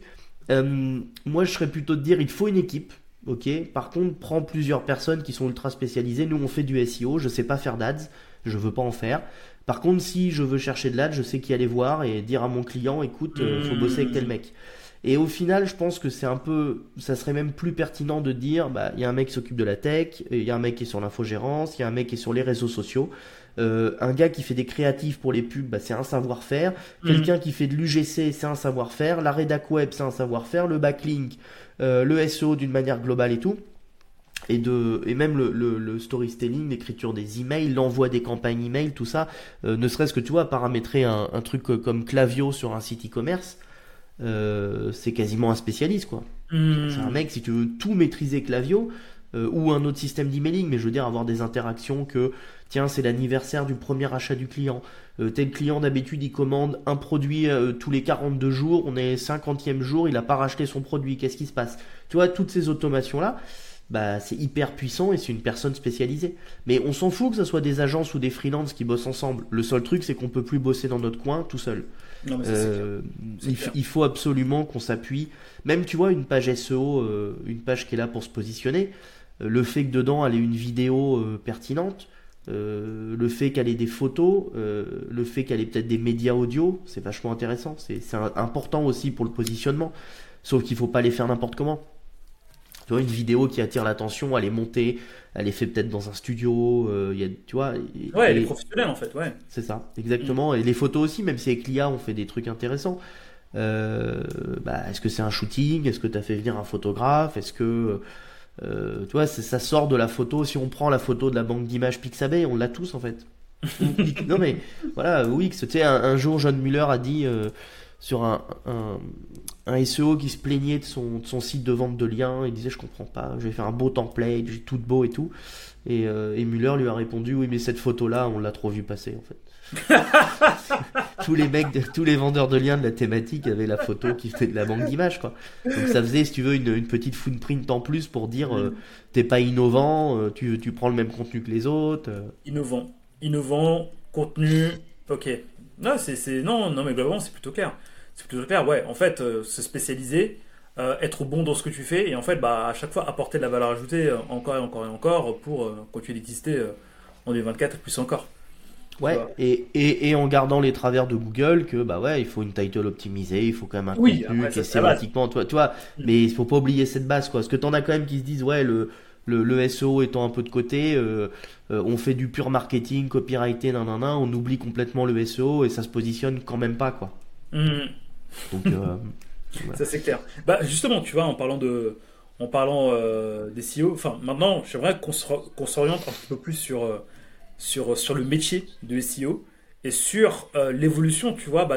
Moi, je serais plutôt de dire, il faut une équipe. Ok. Par contre, prends plusieurs personnes qui sont ultra spécialisées. Nous, on fait du SEO. Je sais pas faire d'ads. Je veux pas en faire. Par contre, si je veux chercher de l'ads, je sais qui aller voir et dire à mon client, écoute, faut bosser avec tel mec. Et au final, je pense que ça serait même plus pertinent de dire, bah, il y a un mec qui s'occupe de la tech, il y a un mec qui est sur l'infogérance, il y a un mec qui est sur les réseaux sociaux. Un gars qui fait des créatifs pour les pubs, bah, c'est un savoir-faire. Quelqu'un qui fait de l'UGC, c'est un savoir-faire. La rédac web, c'est un savoir-faire. Le backlink, le SEO d'une manière globale et tout. Et même le storytelling, l'écriture des emails, l'envoi des campagnes email, tout ça, ne serait-ce que tu vois, paramétrer un truc comme Klaviyo sur un site e-commerce, c'est quasiment un spécialiste, quoi. C'est un mec, si tu veux tout maîtriser Klaviyo, ou un autre système d'emailing, mais je veux dire avoir des interactions que tiens, c'est l'anniversaire du premier achat du client, tel client d'habitude il commande un produit tous les 42 jours, on est 50e jour, il a pas racheté son produit, qu'est-ce qui se passe? Tu vois, toutes ces automations là, bah c'est hyper puissant et c'est une personne spécialisée. Mais on s'en fout que ce soit des agences ou des freelances qui bossent ensemble. Le seul truc, c'est qu'on peut plus bosser dans notre coin tout seul. Non, mais c'est clair. Il faut absolument qu'on s'appuie. Même, tu vois, une page SEO, une page qui est là pour se positionner, le fait que dedans elle ait une vidéo pertinente, le fait qu'elle ait des photos, le fait qu'elle ait peut-être des médias audio, c'est vachement intéressant. C'est important aussi pour le positionnement. Sauf qu'il faut pas les faire n'importe comment. Tu vois, une vidéo qui attire l'attention, elle est montée, elle est faite peut-être dans un studio, tu vois. Elle est professionnelle en fait, ouais. C'est ça, exactement. Et les photos aussi, même si avec l'IA on fait des trucs intéressants. Est-ce que c'est un shooting? Est-ce que tu as fait venir un photographe? Est-ce que tu vois, ça sort de la photo. Si on prend la photo de la banque d'images Pixabay, on l'a tous en fait. Non mais voilà, oui, tu sais, un jour John Muller a dit sur un SEO qui se plaignait de son site de vente de liens, il disait je comprends pas, je vais faire un beau template, j'ai tout de beau et tout, et Muller lui a répondu oui mais cette photo là on l'a trop vu passer en fait. tous les vendeurs de liens de la thématique avaient la photo qui fait de la banque d'images, quoi. Donc ça faisait, si tu veux, une petite footprint en plus pour dire t'es pas innovant, tu prends le même contenu que les autres. Innovant, contenu, ok. Non, non, mais globalement c'est plutôt clair. C'est plutôt clair, ouais. En fait, se spécialiser, être bon dans ce que tu fais, et en fait, bah à chaque fois apporter de la valeur ajoutée encore et encore et encore pour continuer d'exister en 2024 et plus encore. Ouais, et en gardant les travers de Google que bah ouais, il faut une title optimisée, il faut quand même un Oui, contenu après, qui est ça, c'est la base. sémantiquement, toi, mais il faut pas oublier cette base quoi. Parce que t'en as quand même qui se disent ouais, le SEO étant un peu de côté, on fait du pur marketing, copyrighté, nanana, on oublie complètement le SEO et ça se positionne quand même pas quoi. Mhm. Donc voilà. Ça c'est clair. Bah justement, tu vois, des CEO, enfin maintenant, j'aimerais qu'on s'oriente un petit peu plus sur le métier de SEO et sur l'évolution, tu vois,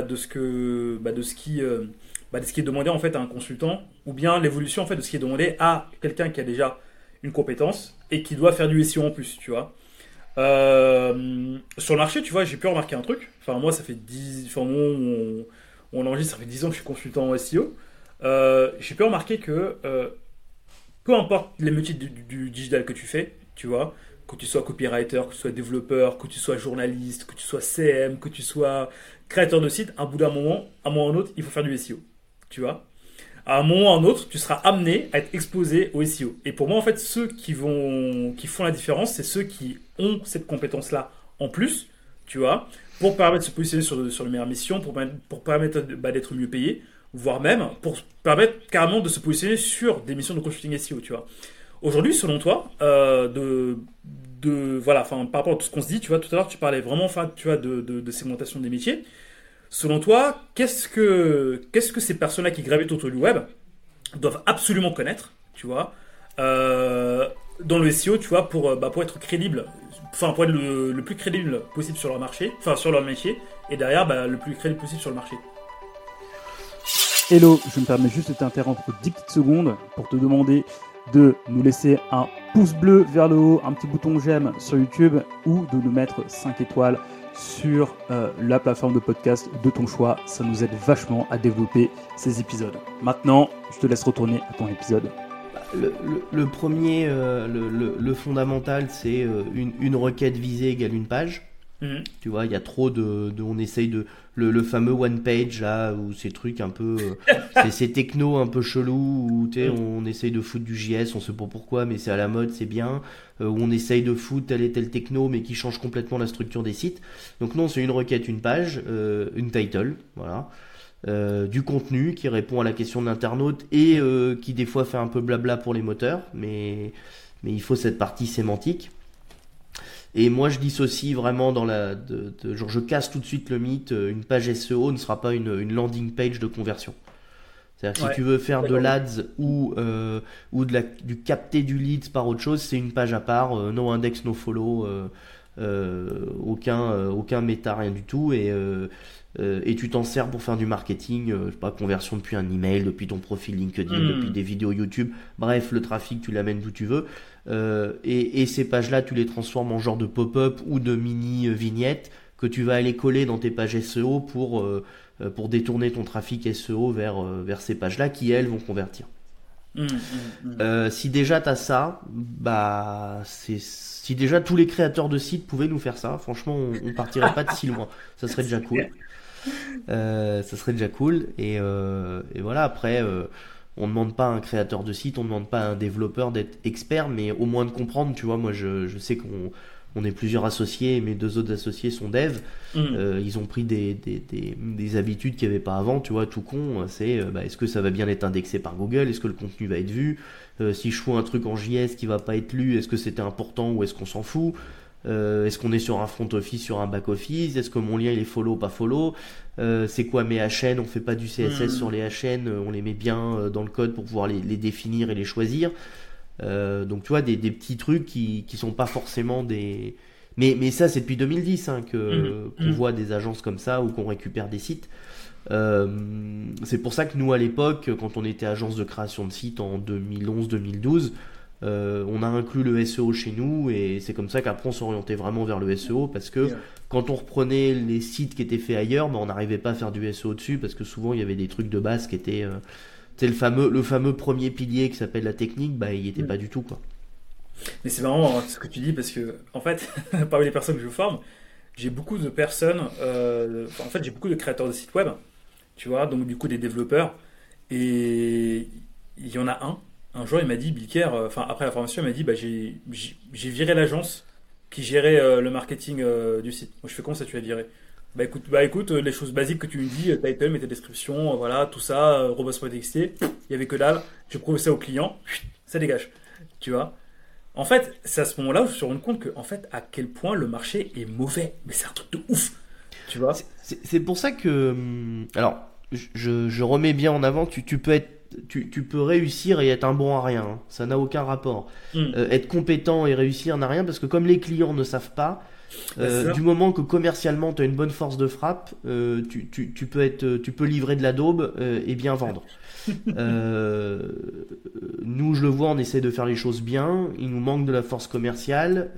de ce qui est demandé en fait à un consultant, ou bien l'évolution en fait de ce qui est demandé à quelqu'un qui a déjà une compétence et qui doit faire du SEO en plus, tu vois. Sur le marché, tu vois, j'ai pu remarquer un truc. Enfin, moi, ça fait 10, enfin, au moment où on enregistre, ça fait 10 ans que je suis consultant en SEO. J'ai pu remarquer que peu importe les métiers du digital que tu fais, tu vois, que tu sois copywriter, que tu sois développeur, que tu sois journaliste, que tu sois CM, que tu sois créateur de site, à bout d'un moment, à un moment ou un autre, il faut faire du SEO. Tu vois, à un moment ou à un autre, tu seras amené à être exposé au SEO. Et pour moi, en fait, qui font la différence, c'est ceux qui ont cette compétence-là en plus, tu vois, pour permettre de se positionner sur les meilleures missions, pour permettre d'être mieux payé, voire même pour permettre carrément de se positionner sur des missions de consulting SEO, tu vois. Aujourd'hui, selon toi, voilà, enfin, par rapport à tout ce qu'on se dit, tu vois, tout à l'heure, tu parlais vraiment, enfin, tu vois, de segmentation des métiers. Selon toi, qu'est-ce que ces personnes-là qui gravitent autour du web doivent absolument connaître, tu vois, euh, dans le SEO, tu vois, pour être crédible, enfin pour être le plus crédible possible sur leur marché, enfin sur leur métier, et derrière le plus crédible possible sur le marché. Hello, je me permets juste de t'interrompre 10 petites secondes pour te demander de nous laisser un pouce bleu vers le haut, un petit bouton j'aime sur YouTube ou de nous mettre 5 étoiles sur la plateforme de podcast de ton choix. Ça nous aide vachement à développer ces épisodes. Maintenant, je te laisse retourner à ton épisode. Le premier, le fondamental, c'est une requête visée égale une page. Mhm. Tu vois, il y a trop on essaye le fameux one page là, ou ces trucs un peu, ces techno un peu chelou, où on essaye de foutre du JS, on sait pas pourquoi, mais c'est à la mode, c'est bien, où on essaye de foutre tel et tel techno, mais qui change complètement la structure des sites. Donc non, c'est une requête, une page, une title, voilà. Du contenu qui répond à la question de l'internaute et qui des fois fait un peu blabla pour les moteurs, mais il faut cette partie sémantique. Et moi je dissocie vraiment genre je casse tout de suite le mythe, une page SEO ne sera pas une landing page de conversion. C'est-à-dire que si tu veux faire de l'ADS ou du capter du leads par autre chose, c'est une page à part, no index, no follow, aucun méta, rien du tout, et tu t'en sers pour faire du marketing, je sais pas, conversion depuis un email, depuis ton profil LinkedIn, depuis des vidéos YouTube, bref, le trafic tu l'amènes d'où tu veux, et ces pages-là tu les transformes en genre de pop-up ou de mini vignettes que tu vas aller coller dans tes pages SEO pour détourner ton trafic SEO vers ces pages-là qui elles vont convertir. Si déjà t'as ça, si déjà tous les créateurs de sites pouvaient nous faire ça, franchement on partirait pas de si loin, ça serait déjà cool. Ça serait déjà cool, et voilà, après on demande pas à un créateur de site, on demande pas à un développeur d'être expert, mais au moins de comprendre, tu vois. Moi je sais qu'on est plusieurs associés, mes 2 autres associés sont devs. Ils ont pris des habitudes qu'il n'y avait pas avant, tu vois, tout con. C'est est-ce que ça va bien être indexé par Google, est-ce que le contenu va être vu, si je fous un truc en JS qui va pas être lu, est-ce que c'était important ou est-ce qu'on s'en fout, est-ce qu'on est sur un front office, sur un back office, est-ce que mon lien il est follow pas follow, c'est quoi mes HN, on fait pas du CSS sur les HN, on les met bien dans le code pour pouvoir les définir et les choisir. Donc tu vois, des petits trucs qui sont pas forcément des... Mais ça c'est depuis 2010 qu'on voit des agences comme ça ou qu'on récupère des sites. C'est pour ça que nous à l'époque, quand on était agence de création de sites en 2011-2012, on a inclus le SEO chez nous, et c'est comme ça qu'après on s'orientait vraiment vers le SEO, parce que quand on reprenait les sites qui étaient faits ailleurs, on n'arrivait pas à faire du SEO dessus, parce que souvent il y avait des trucs de base qui étaient... le fameux premier pilier qui s'appelle la technique, il n'y était pas du tout, quoi. Mais c'est marrant ce que tu dis, parce que en fait, parmi les personnes que je forme, j'ai beaucoup de personnes, j'ai beaucoup de créateurs de sites web, tu vois, donc du coup des développeurs, et il y en a un jour il m'a dit, Bilker, après la formation, il m'a dit, j'ai viré l'agence qui gérait le marketing du site. Moi, je fais comment ça, tu as viré? Écoute, les choses basiques que tu me dis, title, mets ta description, voilà, tout ça, robust.txt, il y avait que dalle, je prouve ça au client, ça dégage, tu vois. En fait, c'est à ce moment-là où je me suis rendu compte que, en fait, à quel point le marché est mauvais, mais c'est un truc de ouf, tu vois. C'est pour ça que, alors, je remets bien en avant, tu peux réussir et être un bon à rien, hein. Ça n'a aucun rapport. Être compétent et réussir n'a rien, parce que comme les clients ne savent pas, du moment que commercialement tu as une bonne force de frappe, tu peux livrer de la daube et bien vendre. Nous, je le vois, on essaie de faire les choses bien. Il nous manque de la force commerciale.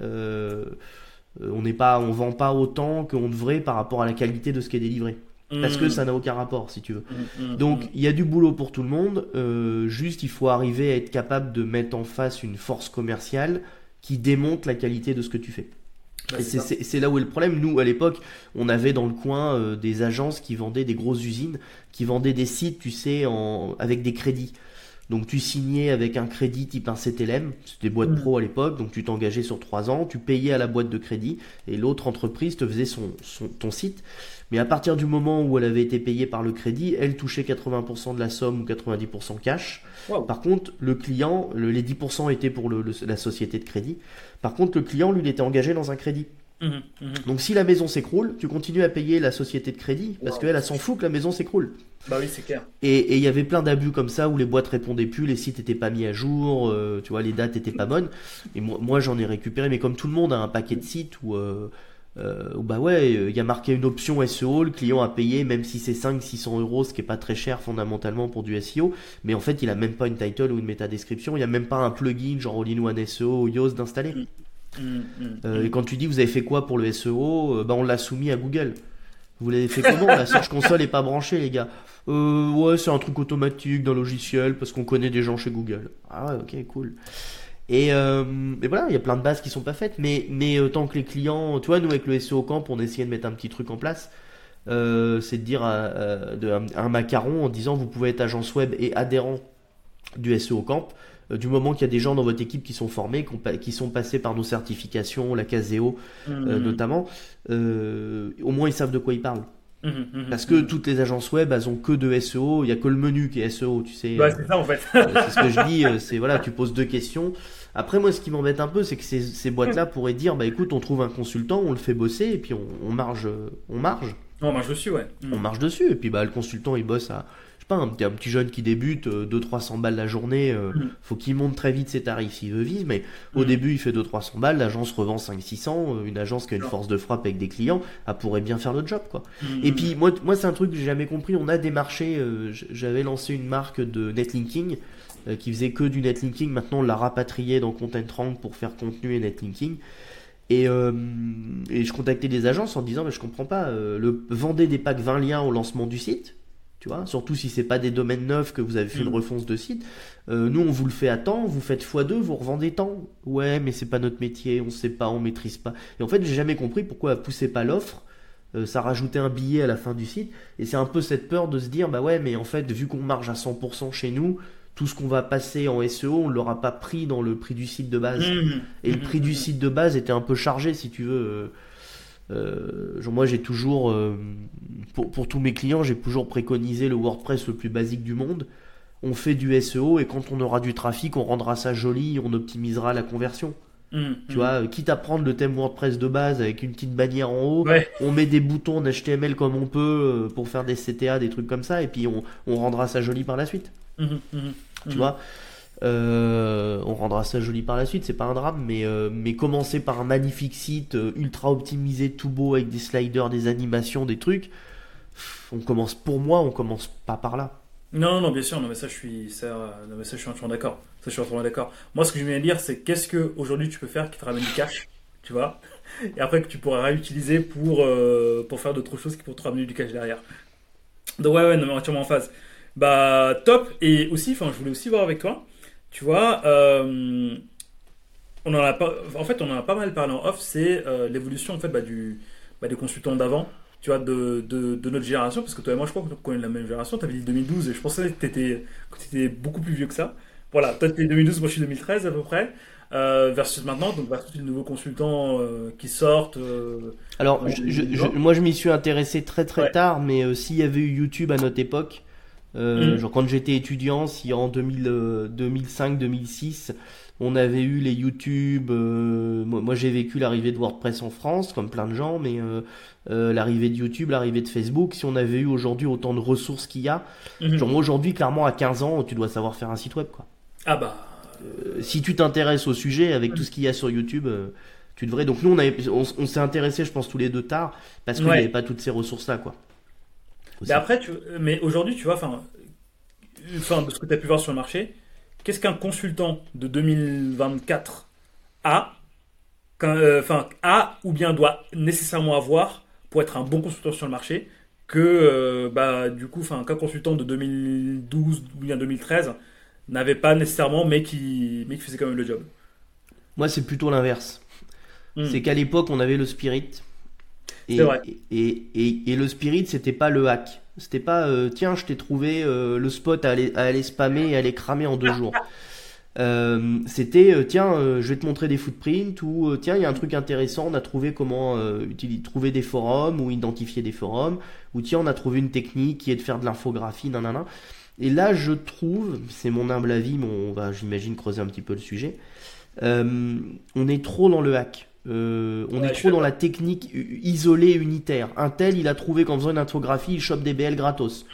On vend pas autant qu'on devrait par rapport à la qualité de ce qui est délivré. Parce que ça n'a aucun rapport, si tu veux. Donc, il y a du boulot pour tout le monde. Juste, il faut arriver à être capable de mettre en face une force commerciale qui démontre la qualité de ce que tu fais. Et c'est là où est le problème. Nous, à l'époque, on avait dans le coin des agences qui vendaient des grosses usines, qui vendaient des sites, tu sais, avec des crédits. Donc tu signais avec un crédit type un CTLM, c'était des boîtes pro à l'époque, donc tu t'engageais sur 3 ans, tu payais à la boîte de crédit et l'autre entreprise te faisait ton site. Mais à partir du moment où elle avait été payée par le crédit, elle touchait 80% de la somme ou 90% cash. Wow. Par contre, le client, les 10% étaient pour la société de crédit. Par contre, le client, lui, il était engagé dans un crédit. Donc si la maison s'écroule, tu continues à payer la société de crédit parce qu'elle s'en fout que la maison s'écroule. Bah oui, c'est clair. Et il y avait plein d'abus comme ça où les boîtes répondaient plus, les sites étaient pas mis à jour, tu vois, les dates étaient pas bonnes. Et moi j'en ai récupéré, mais comme tout le monde a un paquet de sites où bah ouais, il y a marqué une option SEO, le client a payé même si c'est 500-600 euros, ce qui est pas très cher fondamentalement pour du SEO, mais en fait il a même pas une title ou une méta description, il y a même pas un plugin genre All-in-One SEO ou Yoast d'installer. Et quand tu dis vous avez fait quoi pour le SEO, bah on l'a soumis à Google. Vous l'avez fait comment? La Search Console est pas branchée, les gars. Ouais, c'est un truc automatique d'un logiciel parce qu'on connaît des gens chez Google. Ah ouais, ok, cool. Et voilà, il y a plein de bases qui sont pas faites, mais tant que les clients, tu vois, nous avec le SEO Camp, on essayait de mettre un petit truc en place. C'est de dire un macaron en disant vous pouvez être agence web et adhérent du SEO Camp. Du moment qu'il y a des gens dans votre équipe qui sont formés, qui sont passés par nos certifications, la Caseo notamment, au moins ils savent de quoi ils parlent. Parce que toutes les agences web, elles ont que de SEO, il y a que le menu qui est SEO, tu sais. Ouais, c'est ça en fait. C'est ce que je dis, c'est voilà, tu poses 2 questions. Après, moi, ce qui m'embête un peu, c'est que ces boîtes-là pourraient dire, bah écoute, on trouve un consultant, on le fait bosser, et puis on marge. On marche dessus, ouais. On marche dessus, et puis bah le consultant, il bosse à, je sais pas, un petit jeune qui débute, 200-300 balles la journée, faut qu'il monte très vite ses tarifs s'il veut vivre, mais au début, il fait 200-300 balles, l'agence revend 500-600, une agence qui a une force de frappe avec des clients, elle pourrait bien faire le job, quoi. Et puis, moi, c'est un truc que j'ai jamais compris, on a des marchés, j'avais lancé une marque de netlinking, qui faisait que du netlinking, maintenant on l'a rapatrié dans ContentRank pour faire contenu et netlinking. Et je contactais des agences en disant mais je comprends pas, vendez des packs 20 liens au lancement du site, tu vois, surtout si c'est pas des domaines neufs que vous avez fait une refonte de site. Nous on vous le fait à temps, vous faites x2, vous revendez tant. Ouais, mais c'est pas notre métier, on sait pas, on maîtrise pas. Et en fait j'ai jamais compris pourquoi elle poussait pas l'offre. Ça rajoutait un billet à la fin du site, et c'est un peu cette peur de se dire bah ouais, mais en fait vu qu'on marge à 100% chez nous, tout ce qu'on va passer en SEO, on ne l'aura pas pris dans le prix du site de base. Et le prix du site de base était un peu chargé, si tu veux. Genre moi, j'ai toujours, pour tous mes clients, j'ai toujours préconisé le WordPress le plus basique du monde. On fait du SEO et quand on aura du trafic, on rendra ça joli, on optimisera la conversion. Tu vois, quitte à prendre le thème WordPress de base avec une petite bannière en haut, on met des boutons en HTML comme on peut pour faire des CTA, des trucs comme ça, et puis on rendra ça joli par la suite. Tu vois, on rendra ça joli par la suite, c'est pas un drame, mais commencer par un magnifique site ultra optimisé, tout beau avec des sliders, des animations, des trucs, on commence pas par là. Non, bien sûr, non, mais ça, je suis entièrement d'accord. Ça, je suis entièrement d'accord. Moi, ce que je viens de dire, c'est qu'est-ce que aujourd'hui tu peux faire qui te ramène du cash, tu vois, et après que tu pourras réutiliser pour faire d'autres choses qui pourront te ramener du cash derrière. Donc ouais, non, mais entièrement en phase. Bah top. Et aussi, enfin, je voulais aussi voir avec toi, tu vois, on en a pas mal parlé en off, c'est l'évolution en fait des consultants d'avant, tu vois, de notre génération, parce que toi et moi, je crois qu'on est de la même génération. T'avais dit 2012 et je pensais que t'étais beaucoup plus vieux que ça. Voilà, toi t'es 2012, moi je suis 2013 à peu près. versus maintenant, donc versus les nouveaux consultants qui sortent. Alors, moi, je m'y suis intéressé très tard, mais s'il y avait eu YouTube à notre époque, genre quand j'étais étudiant, si en 2005-2006, on avait eu les YouTube. Moi, j'ai vécu l'arrivée de WordPress en France, comme plein de gens, mais l'arrivée de YouTube, l'arrivée de Facebook. Si on avait eu aujourd'hui autant de ressources qu'il y a, genre moi aujourd'hui, clairement, à 15 ans, tu dois savoir faire un site web, quoi. Ah bah. Si tu t'intéresses au sujet avec tout ce qu'il y a sur YouTube, tu devrais. Donc nous, on s'est intéressé, je pense, tous les deux tard, parce qu'il n'y avait pas toutes ces ressources-là, quoi. Mais après, mais aujourd'hui, tu vois, enfin, de ce que tu as pu voir sur le marché, qu'est-ce qu'un consultant de 2024 a, ou bien doit nécessairement avoir pour être un bon consultant sur le marché, que du coup, qu'un consultant de 2012 ou bien 2013 n'avait pas nécessairement, mais qui faisait quand même le job. Moi, c'est plutôt l'inverse. C'est qu'à l'époque, on avait le spirit. C'est vrai. Et le spirit, c'était pas le hack. C'était pas tiens, je t'ai trouvé le spot à aller spammer et à aller cramer en 2 jours. C'était tiens, je vais te montrer des footprints, ou tiens, il y a un truc intéressant, on a trouvé comment trouver des forums ou identifier des forums, ou tiens, on a trouvé une technique qui est de faire de l'infographie, nanana. Et là, je trouve, c'est mon humble avis, mais on va, j'imagine, creuser un petit peu le sujet. On est trop dans le hack. On est trop dans la technique isolée, unitaire. Un tel, il a trouvé qu'en faisant une infographie, il chope des BL gratos.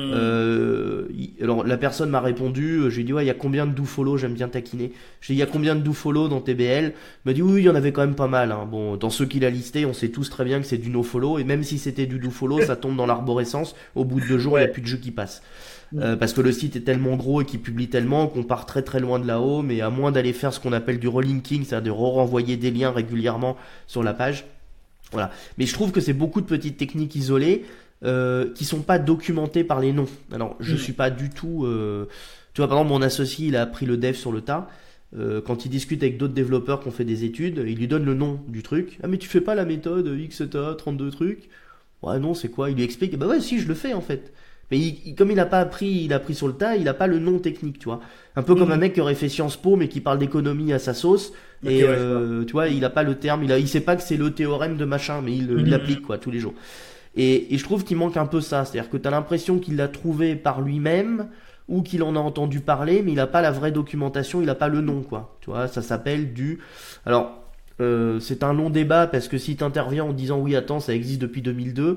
Alors la personne m'a répondu, je lui ai dit ouais, il y a combien de dofollow, j'aime bien taquiner. Je lui ai dit il y a combien de dofollow dans tes BL. Il m'a dit oui, il y en avait quand même pas mal. Hein. Bon, dans ceux qu'il a listés, on sait tous très bien que c'est du nofollow, et même si c'était du dofollow, ça tombe dans l'arborescence. Au bout de 2 jours, il n'y a plus de jeu qui passe. Parce que le site est tellement gros et qu'il publie tellement qu'on part très très loin de là-haut, mais à moins d'aller faire ce qu'on appelle du relinking, c'est-à-dire de renvoyer des liens régulièrement sur la page. Voilà. Mais je trouve que c'est beaucoup de petites techniques isolées qui sont pas documentées par les noms. Alors je suis pas du tout... Tu vois, par exemple, mon associé, il a appris le dev sur le tas. Quand il discute avec d'autres développeurs qui ont fait des études, il lui donne le nom du truc. Ah mais tu fais pas la méthode XTA 32 trucs? Ouais non, c'est quoi? Il lui explique. Bah ouais, si, je le fais en fait. Mais comme il a pas appris, il a appris sur le tas, il a pas le nom technique, tu vois. Un peu comme un mec qui aurait fait Sciences Po mais qui parle d'économie à sa sauce. Okay, et tu vois, il a pas le terme, il sait pas que c'est le théorème de machin, mais il l'applique quoi tous les jours. Et je trouve qu'il manque un peu ça, c'est-à-dire que t'as l'impression qu'il l'a trouvé par lui-même ou qu'il en a entendu parler, mais il a pas la vraie documentation, il a pas le nom quoi. Tu vois, ça s'appelle du. Alors c'est un long débat parce que si t'interviens en disant oui attends ça existe depuis 2002.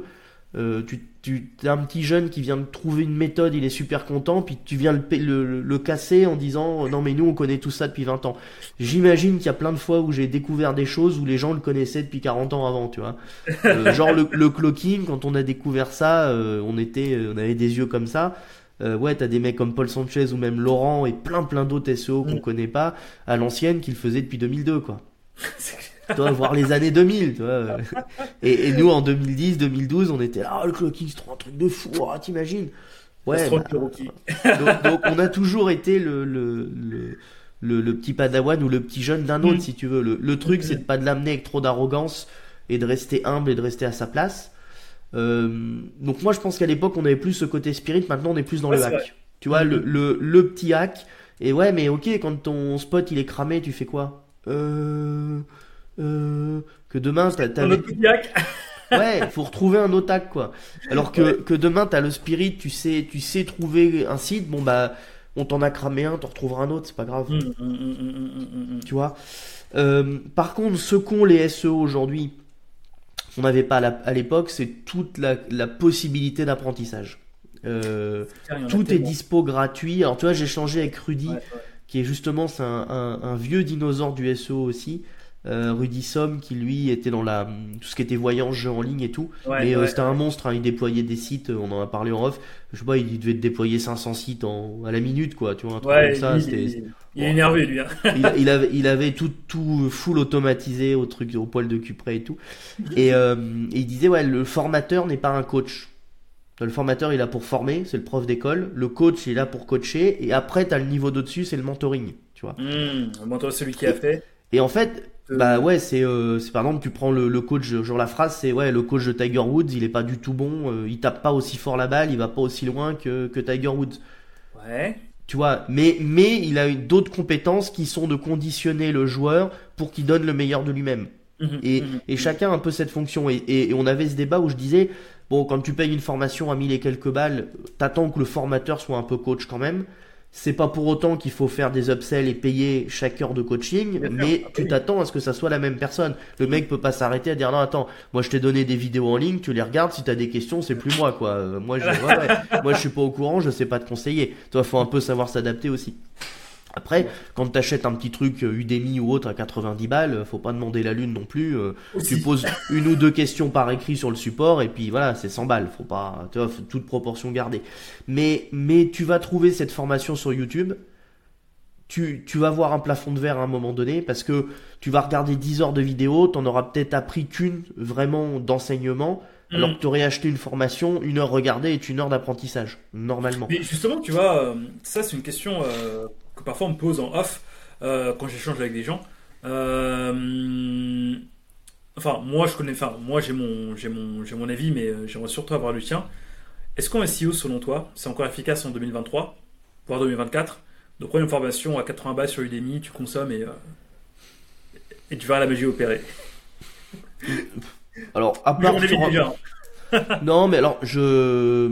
T'as un petit jeune qui vient de trouver une méthode, il est super content, puis tu viens le casser en disant non mais nous on connaît tout ça depuis 20 ans. J'imagine qu'il y a plein de fois où j'ai découvert des choses où les gens le connaissaient depuis 40 ans avant, tu vois. Genre le clocking, quand on a découvert ça, on avait des yeux comme ça. Ouais, t'as des mecs comme Paul Sanchez ou même Laurent et plein d'autres SEO qu'on connaît pas à l'ancienne qui le faisaient depuis 2002 quoi. Toi, voir les années 2000, tu vois. Et nous, en 2010, 2012, on était là, le clocking, c'est trop un truc de fou, oh, t'imagines? Ouais. Donc, on a toujours été le petit padawan ou le petit jeune d'un autre, si tu veux. Le truc, c'est de pas de l'amener avec trop d'arrogance et de rester humble et de rester à sa place. Donc moi, je pense qu'à l'époque, on avait plus ce côté spirit, maintenant, on est plus dans le hack. Vrai. Tu vois, le petit hack. Et ouais, mais ok, quand ton spot, il est cramé, tu fais quoi? Que demain ouais, faut retrouver un autre hack quoi. Alors que demain t'as le spirit, tu sais trouver un site, bon bah on t'en a cramé un, t'en retrouveras un autre, c'est pas grave. Tu vois. Par contre, ce qu'ont les SEO aujourd'hui, on n'avait pas à l'époque, c'est toute la possibilité d'apprentissage. Tout est dispo gratuit. Alors tu vois, j'ai échangé avec Rudy, qui est justement c'est un vieux dinosaure du SEO aussi. Rudy Somme qui lui était dans tout ce qui était voyance, jeu en ligne et tout, c'était un monstre hein, il déployait des sites, on en a parlé en off, je sais pas, il devait déployer 500 sites à la minute quoi, tu vois, un truc comme ça. Il est énervé lui hein. il avait tout full automatisé au poil de cul près et tout, et il disait ouais, le formateur n'est pas un coach. Le formateur il est là pour former, c'est le prof d'école, le coach il est là pour coacher, et après t'as le niveau d'au-dessus, c'est le mentoring, tu vois. Le mentor, celui qui a fait. Et en fait, bah ouais, c'est par exemple, tu prends le coach, genre la phrase, c'est ouais, le coach de Tiger Woods, il est pas du tout bon, il tape pas aussi fort la balle, il va pas aussi loin que Tiger Woods. Ouais. Tu vois, mais il a d'autres compétences qui sont de conditionner le joueur pour qu'il donne le meilleur de lui-même. Et chacun a un peu cette fonction. Et on avait ce débat où je disais, bon, quand tu payes une formation à 1000 et quelques balles, t'attends que le formateur soit un peu coach quand même. C'est pas pour autant qu'il faut faire des upsells et payer chaque heure de coaching, mais tu t'attends à ce que ça soit la même personne. Le mec peut pas s'arrêter à dire non, attends, moi je t'ai donné des vidéos en ligne, tu les regardes, si t'as des questions, c'est plus moi, quoi. Moi je suis pas au courant, je sais pas te conseiller. Toi, faut un peu savoir s'adapter aussi. Après, quand t'achètes un petit truc Udemy ou autre à 90 balles, faut pas demander la lune non plus. Tu poses une ou deux questions par écrit sur le support et puis voilà, c'est 100 balles. Faut pas, tu vois, faut toute proportion garder. Mais tu vas trouver cette formation sur YouTube. Tu vas voir un plafond de verre à un moment donné parce que tu vas regarder 10 heures de vidéo, t'en auras peut-être appris qu'une vraiment d'enseignement. Alors que tu aurais acheté une formation, 1 heure regardée est 1 heure d'apprentissage, normalement. Mais justement, tu vois, ça c'est une question que parfois on me pose en off quand j'échange avec des gens. Enfin, moi j'ai mon avis, mais j'aimerais surtout avoir le tien. Est-ce qu'en SEO, selon toi, c'est encore efficace en 2023, voire 2024, de prendre une formation à 80 balles sur Udemy, tu consommes et tu vas à la magie opérer? Alors, à part non, mais alors je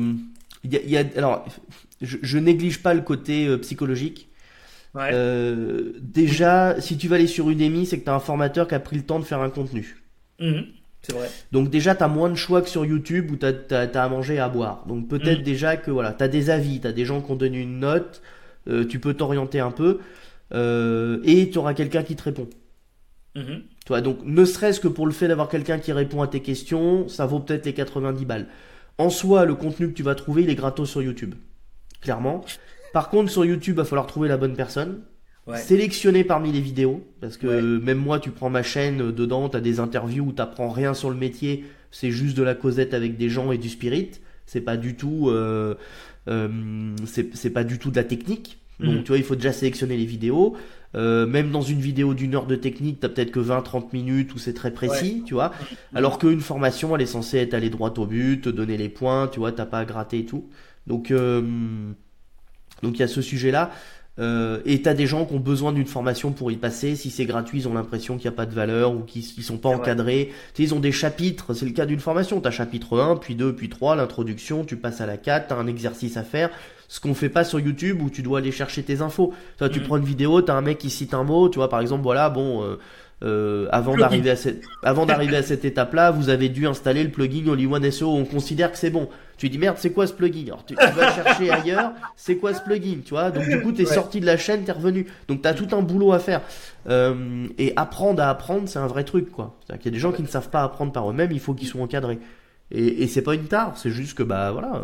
néglige pas le côté psychologique. Ouais. Déjà, si tu vas aller sur Udemy, c'est que t'as un formateur qui a pris le temps de faire un contenu. C'est vrai. Donc déjà, t'as moins de choix que sur YouTube où t'as à manger et à boire. Donc peut-être déjà que voilà, t'as des avis, t'as des gens qui ont donné une note, tu peux t'orienter un peu et t'auras quelqu'un qui te répond. Tu vois, donc ne serait-ce que pour le fait d'avoir quelqu'un qui répond à tes questions, ça vaut peut-être les 90 balles. En soi, le contenu que tu vas trouver, il est gratos sur YouTube. Clairement. Par contre, sur YouTube, il va falloir trouver la bonne personne. Ouais. Sélectionner parmi les vidéos. Parce que même moi, tu prends ma chaîne, dedans, tu as des interviews où tu n'apprends rien sur le métier. C'est juste de la causette avec des gens et du spirit. C'est pas du tout, c'est pas du tout de la technique. Donc, tu vois, il faut déjà sélectionner les vidéos. Même dans une vidéo d'1 heure de technique, t'as peut-être que 20-30 minutes où c'est très précis, tu vois. Alors qu'une formation, elle est censée être aller droit au but, te donner les points, tu vois, t'as pas à gratter et tout. Donc il y a ce sujet-là. Et t'as des gens qui ont besoin d'une formation pour y passer. Si c'est gratuit, ils ont l'impression qu'il n'y a pas de valeur ou qu'ils sont pas encadrés. Tu sais, ils ont des chapitres. C'est le cas d'une formation. T'as chapitre 1, puis 2, puis 3, l'introduction. Tu passes à la 4, t'as un exercice à faire. Ce qu'on fait pas sur YouTube où tu dois aller chercher tes infos. Toi, tu prends une vidéo, t'as un mec qui cite un mot. Tu vois, par exemple, voilà, bon, avant d'arriver à cette étape-là, vous avez dû installer le plugin All-in-One SEO. On considère que c'est bon. Tu dis merde, c'est quoi ce plugin? Alors tu vas chercher ailleurs, c'est quoi ce plugin, tu vois? Donc du coup, t'es sorti de la chaîne, t'es revenu. Donc t'as tout un boulot à faire. Et apprendre à apprendre, c'est un vrai truc, quoi. C'est-à-dire qu'il y a des gens qui ne savent pas apprendre par eux-mêmes, il faut qu'ils soient encadrés. Et c'est pas une tare, c'est juste que bah voilà,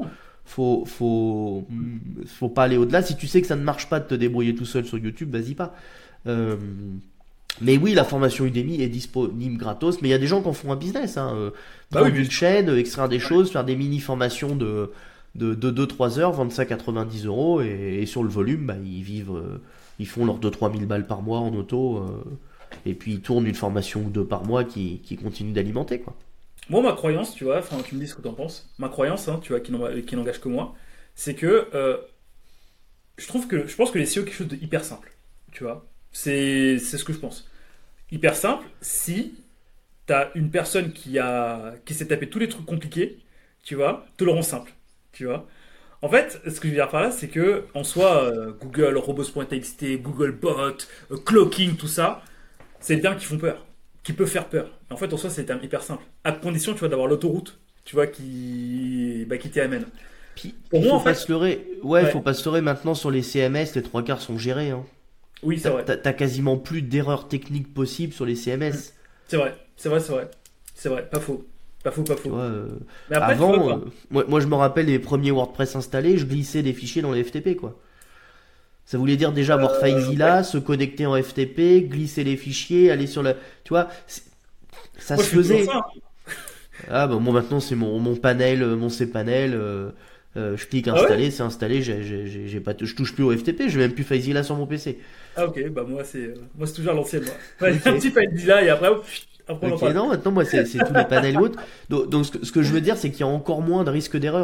faut pas aller au-delà. Si tu sais que ça ne marche pas de te débrouiller tout seul sur YouTube, vas-y pas. Mais oui, la formation Udemy est disponible gratos, mais il y a des gens qui en font un business, hein. Prendre une chaîne, extraire des choses, faire des mini-formations de 2-3 heures, vendre ça à 90 € et sur le volume, bah, ils font leurs 2-3 000 balles par mois en auto, et puis ils tournent une formation ou 2 par mois qui continue d'alimenter, quoi. Moi, ma croyance, tu vois, enfin, tu me dis ce que tu en penses, ma croyance, hein, tu vois, qui n'engage que moi, c'est que je pense que les SEO est quelque chose de hyper simple, tu vois. C'est ce que je pense. Hyper simple, si t'as une personne qui s'est tapé tous les trucs compliqués, tu vois, te le rend simple, tu vois. En fait, ce que je veux dire par là, c'est que, en soi, Google, Robots.txt, Googlebot, Clocking, tout ça, c'est des termes qui font peur, qui peuvent faire peur. Et en fait, en soi, c'est des termes hyper simples. À condition, tu vois, d'avoir l'autoroute, tu vois, qui t'y amène. Puis, pour moi, faut pas se leurrer. Faut pas se leurrer maintenant sur les CMS, les 3/4 sont gérés, hein. Oui, c'est vrai. T'as quasiment plus d'erreurs techniques possibles sur les CMS. C'est vrai, pas faux. Mais après, avant, moi je me rappelle les premiers WordPress installés, je glissais des fichiers dans les FTP, quoi. Ça voulait dire déjà avoir FileZilla, se connecter en FTP, glisser les fichiers, aller sur la... Tu vois, ça se faisait. Ah bah moi maintenant c'est mon panel, mon cPanel... je clique installer, c'est installé, j'ai pas, je touche plus au FTP, j'ai même plus FileZilla sur mon PC. Ah ok, bah moi c'est toujours l'ancienne, moi. Un petit FileZilla et après on en parle. Non, maintenant moi c'est tous les panels et autres. Donc ce que je veux dire c'est qu'il y a encore moins de risque d'erreur, quoi.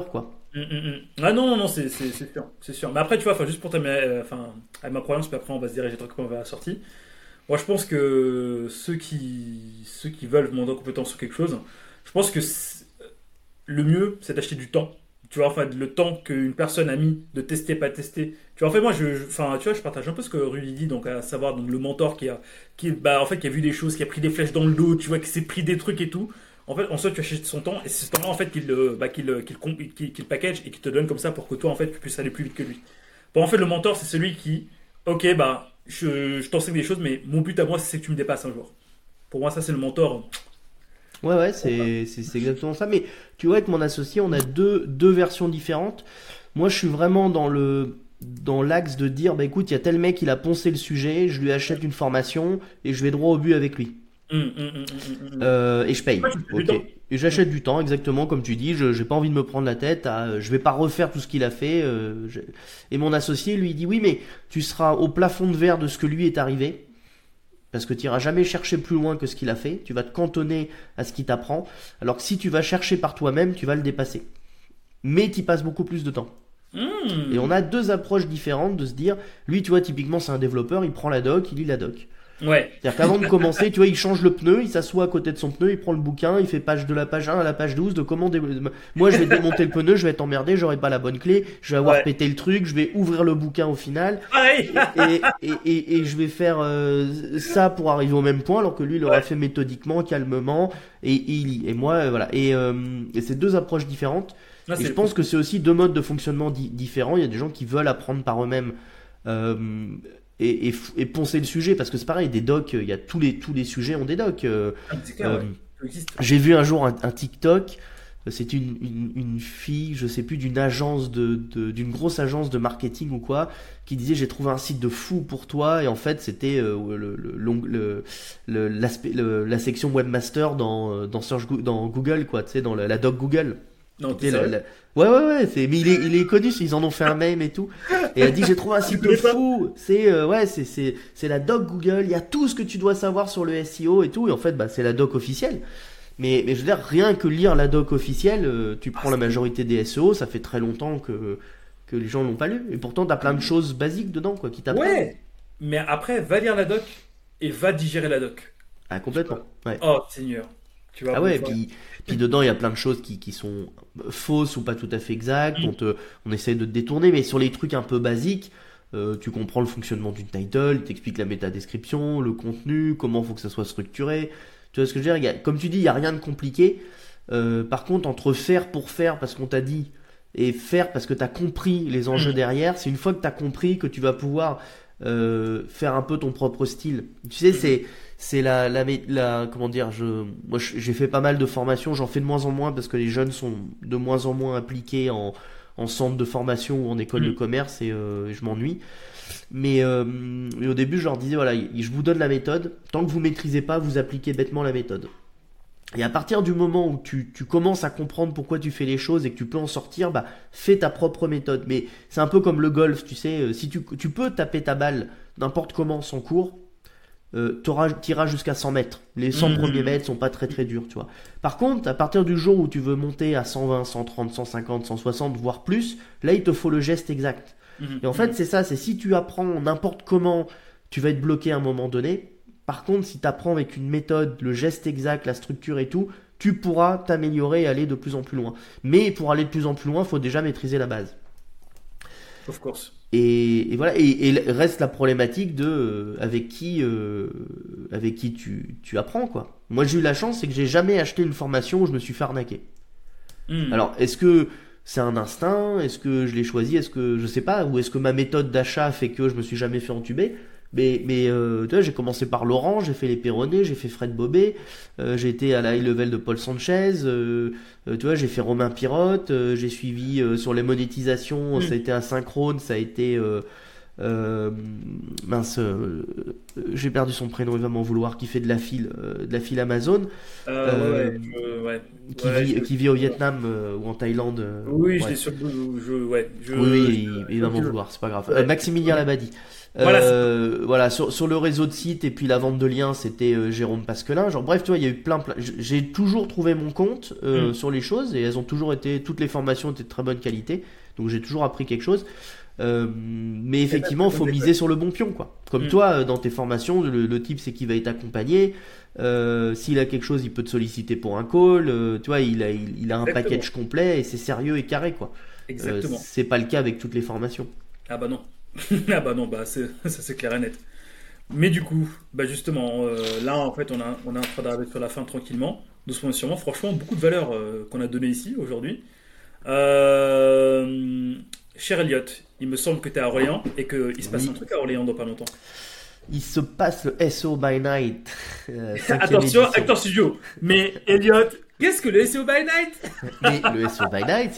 Ah non, c'est sûr. Mais après, tu vois, enfin, juste pour terminer, avec ma croyance, puis après, on va se diriger tranquillement vers la sortie. Moi, je pense que ceux qui veulent monter en compétence sur quelque chose, je pense que le mieux, c'est d'acheter du temps. Tu vois, enfin, le temps qu'une personne a mis de tester, pas tester. Tu vois, en fait, moi, enfin, tu vois, je partage un peu ce que Rudy dit, donc à savoir, donc le mentor en fait, qui a vu des choses, qui a pris des flèches dans le dos, tu vois, qui s'est pris des trucs et tout. En fait, en soi, tu achètes son temps, et c'est ce temps-là, en fait, qu'il package et qu'il te donne comme ça pour que toi, en fait, tu puisses aller plus vite que lui. Bon, en fait, le mentor, c'est celui qui, ok, je t'enseigne des choses, mais mon but à moi, c'est que tu me dépasses un jour. Pour moi, ça, c'est le mentor. Ouais, c'est exactement ça. Mais tu vois, avec mon associé, on a deux versions différentes. Moi, je suis vraiment dans l'axe de dire, bah écoute, il y a tel mec, il a poncé le sujet, je lui achète une formation et je vais droit au but avec lui. Et je paye. Ok. Et j'achète du temps, exactement comme tu dis. Je j'ai pas envie de me prendre la tête. Je vais pas refaire tout ce qu'il a fait. Et mon associé lui dit oui, mais tu seras au plafond de verre de ce que lui est arrivé. Parce que tu iras jamais chercher plus loin que ce qu'il a fait. Tu vas te cantonner à ce qu'il t'apprend. Alors que si tu vas chercher par toi-même, tu vas le dépasser. Mais tu passes beaucoup plus de temps. Et on a deux approches différentes de se dire, lui, tu vois, typiquement, c'est un développeur, il prend la doc, il lit la doc. Ouais. C'est-à-dire qu'avant de commencer, tu vois, il change le pneu, il s'assoit à côté de son pneu, il prend le bouquin, il fait de la page 1 à la page 12 de comment moi je vais démonter le pneu, je vais être emmerdé, j'aurai pas la bonne clé, je vais avoir pété le truc, je vais ouvrir le bouquin au final. Et je vais faire ça pour arriver au même point, alors que lui il aura fait méthodiquement, calmement, et il lit. Et moi, voilà. Et c'est deux approches différentes. Et je pense que c'est aussi deux modes de fonctionnement différents. Il y a des gens qui veulent apprendre par eux-mêmes. Et poncer le sujet, parce que c'est pareil, des docs, il y a tous les sujets ont des docs. J'ai vu un jour un TikTok, c'était une fille, je sais plus, d'une agence d'une grosse agence de marketing ou quoi, qui disait j'ai trouvé un site de fou pour toi, et en fait c'était la section webmaster dans Google, quoi, tu sais, dans la doc Google. Non, Ouais, mais il est connu, ils en ont fait un meme et tout. Et elle a dit j'ai trouvé un site de fou. C'est la doc Google, il y a tout ce que tu dois savoir sur le SEO et tout. Et en fait, c'est la doc officielle. Mais je veux dire, rien que lire la doc officielle, tu prends la majorité des SEO, ça fait très longtemps que les gens l'ont pas lu. Et pourtant, t'as plein de choses basiques dedans, quoi, qui t'apprennent. Ouais. Mais après, va lire la doc et va digérer la doc. Ah, complètement. Ouais. Oh, Seigneur. Tu vois, puis dedans il y a plein de choses qui sont fausses ou pas tout à fait exactes, on essaye de te détourner, mais sur les trucs un peu basiques, tu comprends le fonctionnement d'une title, il t'explique la métadescription, le contenu, comment faut que ça soit structuré, tu vois ce que je veux dire, comme tu dis, il n'y a rien de compliqué. Par contre, entre faire pour faire parce qu'on t'a dit et faire parce que tu as compris les enjeux derrière, c'est une fois que tu as compris que tu vas pouvoir faire un peu ton propre style. Tu sais, c'est comment dire, moi j'ai fait pas mal de formations, j'en fais de moins en moins parce que les jeunes sont de moins en moins impliqués en centre de formation ou en école de commerce, et je m'ennuie. Mais au début je leur disais voilà, je vous donne la méthode, tant que vous maîtrisez pas, vous appliquez bêtement la méthode. Et à partir du moment où tu commences à comprendre pourquoi tu fais les choses et que tu peux en sortir, fais ta propre méthode. Mais c'est un peu comme le golf, tu sais, si tu peux taper ta balle n'importe comment sans cours, t'iras jusqu'à 100 mètres. Les 100 premiers mètres sont pas très très durs, tu vois. Par contre, à partir du jour où tu veux monter à 120, 130, 150, 160, voire plus, là il te faut le geste exact. Et en fait, c'est ça, c'est si tu apprends n'importe comment, tu vas être bloqué à un moment donné. Par contre, si tu apprends avec une méthode, le geste exact, la structure et tout, tu pourras t'améliorer et aller de plus en plus loin. Mais pour aller de plus en plus loin, il faut déjà maîtriser la base. Of course. Et voilà, et reste la problématique de avec qui tu apprends, quoi. Moi j'ai eu la chance, c'est que j'ai jamais acheté une formation où je me suis fait arnaquer. Alors est-ce que c'est un instinct, est-ce que je l'ai choisi, est-ce que je sais pas, ou est-ce que ma méthode d'achat fait que je me suis jamais fait entuber? Mais tu vois, j'ai commencé par Laurent, j'ai fait les Perronnet, j'ai fait Fred Bobet, j'ai été à la high level de Paul Sanchez, tu vois, j'ai fait Romain Pirotte, j'ai suivi sur les monétisations, ça a été asynchrone, ça a été mince, j'ai perdu son prénom, il va m'en vouloir, qui fait de la file Amazon, qui vit au Vietnam ou en Thaïlande. Oui, ouais. je l'ai sur Oui, il va m'en vouloir, c'est pas grave. Maximilien Labadie. Voilà, sur le réseau de sites et puis la vente de liens, c'était Jérôme Pasquelin. Genre, bref, tu vois, il y a eu plein. J'ai toujours trouvé mon compte sur les choses et elles ont toujours été. Toutes les formations étaient de très bonne qualité, donc j'ai toujours appris quelque chose. Mais effectivement, il faut miser sur le bon pion, quoi. Comme toi, dans tes formations, le type c'est qu'il va être accompagné. S'il a quelque chose, il peut te solliciter pour un call. Tu vois, il a un package complet et c'est sérieux et carré, quoi. Exactement. C'est pas le cas avec toutes les formations. Ah bah non. Ah bah non, ça c'est clair et net. Mais du coup, bah justement, là en fait on est en train d'arriver sur la fin tranquillement, doucement et sûrement. Franchement, beaucoup de valeurs qu'on a données ici aujourd'hui. Cher Elliot, il me semble que tu es à Orléans et qu'il se passe un truc à Orléans dans pas longtemps. Il se passe le SEO by Night. Attention, Acteur Studio. Mais Elliot, qu'est-ce que le SEO by Night? Mais le SEO by Night,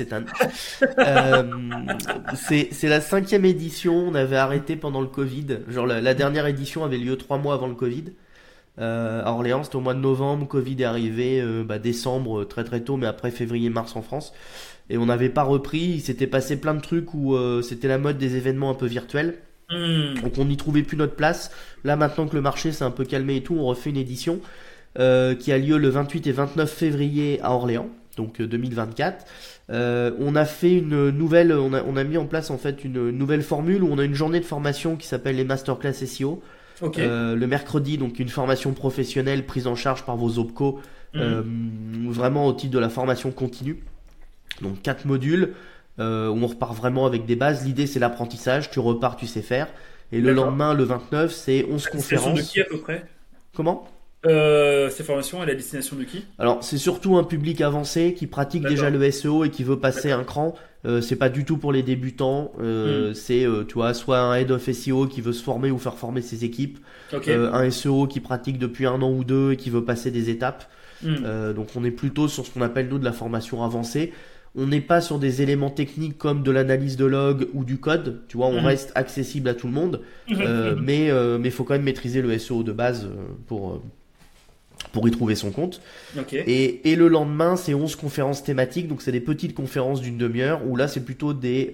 c'est la 5e édition. On avait arrêté pendant le Covid. Genre la dernière édition avait lieu 3 mois avant le Covid. À Orléans, c'était au mois de novembre. Covid est arrivé décembre, très très tôt, mais après février-mars en France. Et on n'avait pas repris. Il s'était passé plein de trucs où c'était la mode des événements un peu virtuels. Donc on n'y trouvait plus notre place. Là maintenant que le marché s'est un peu calmé et tout, on refait une édition qui a lieu le 28 et 29 février à Orléans, donc 2024. On a fait une nouvelle, on a mis en place en fait une nouvelle formule où on a une journée de formation qui s'appelle les Masterclass SEO. Okay. Le mercredi, donc une formation professionnelle prise en charge par vos OPCO, vraiment au titre de la formation continue. Donc 4 modules. Où on repart vraiment avec des bases. L'idée c'est l'apprentissage, tu repars, tu sais faire. Et le lendemain, le 29, c'est 11 conférences. De qui à peu près? Comment? Ces formations à la destination de qui? Alors c'est surtout un public avancé qui pratique déjà le SEO et qui veut passer un cran. C'est pas du tout pour les débutants. C'est tu vois, soit un head of SEO qui veut se former ou faire former ses équipes. Un SEO qui pratique depuis 1 an ou 2 et qui veut passer des étapes. Donc on est plutôt sur ce qu'on appelle nous de la formation avancée. On n'est pas sur des éléments techniques comme de l'analyse de log ou du code. Tu vois, on reste accessible à tout le monde. Mais faut quand même maîtriser le SEO de base pour y trouver son compte. Et le lendemain, c'est 11 conférences thématiques. Donc, c'est des petites conférences d'une demi-heure où là, c'est plutôt des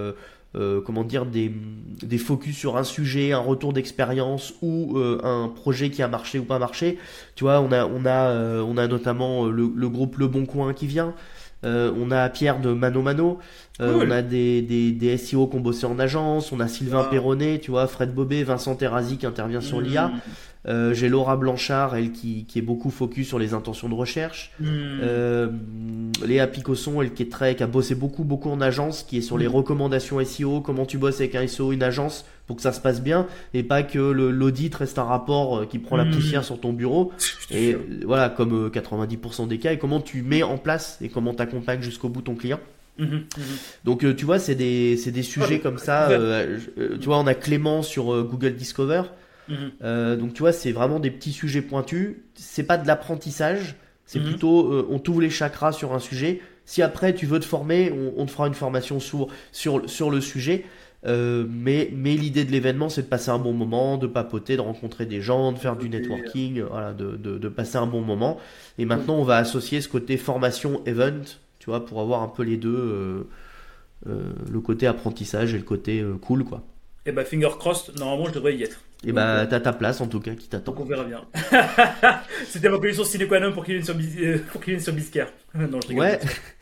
focus sur un sujet, un retour d'expérience ou un projet qui a marché ou pas marché. Tu vois, on a notamment le groupe Le Bon Coin qui vient. On a Pierre de Mano Mano, on a des SEO qui ont bossé en agence, on a Sylvain Perronnet, tu vois, Fred Bobet, Vincent Terrazi qui intervient sur l'IA. J'ai Laura Blanchard, elle qui est beaucoup focus sur les intentions de recherche. Léa Picosson, elle qui a bossé beaucoup en agence, qui est sur les recommandations SEO, comment tu bosses avec un SEO, une agence pour que ça se passe bien et pas que l'audit reste un rapport qui prend la poussière sur ton bureau. Et voilà, comme 90% des cas, et comment tu mets en place et comment tu accompagnes jusqu'au bout ton client. Donc tu vois, c'est des sujets comme ça. Tu vois, on a Clément sur Google Discover. Donc tu vois, c'est vraiment des petits sujets pointus. C'est pas de l'apprentissage, c'est plutôt on t'ouvre les chakras sur un sujet. Si après tu veux te former, on te fera une formation sur le sujet. Mais l'idée de l'événement, c'est de passer un bon moment, de papoter, de rencontrer des gens, de faire du networking, voilà, de passer un bon moment. Et maintenant, on va associer ce côté formation event, tu vois, pour avoir un peu les deux, le côté apprentissage et le côté cool, quoi. Et bah, finger crossed, normalement, je devrais y être. Et bah, t'as ta place en tout cas qui t'attend. Donc on verra bien. C'était ma condition sine qua non pour qu'il vienne sur Biscayne. Non, je rigole. Ouais.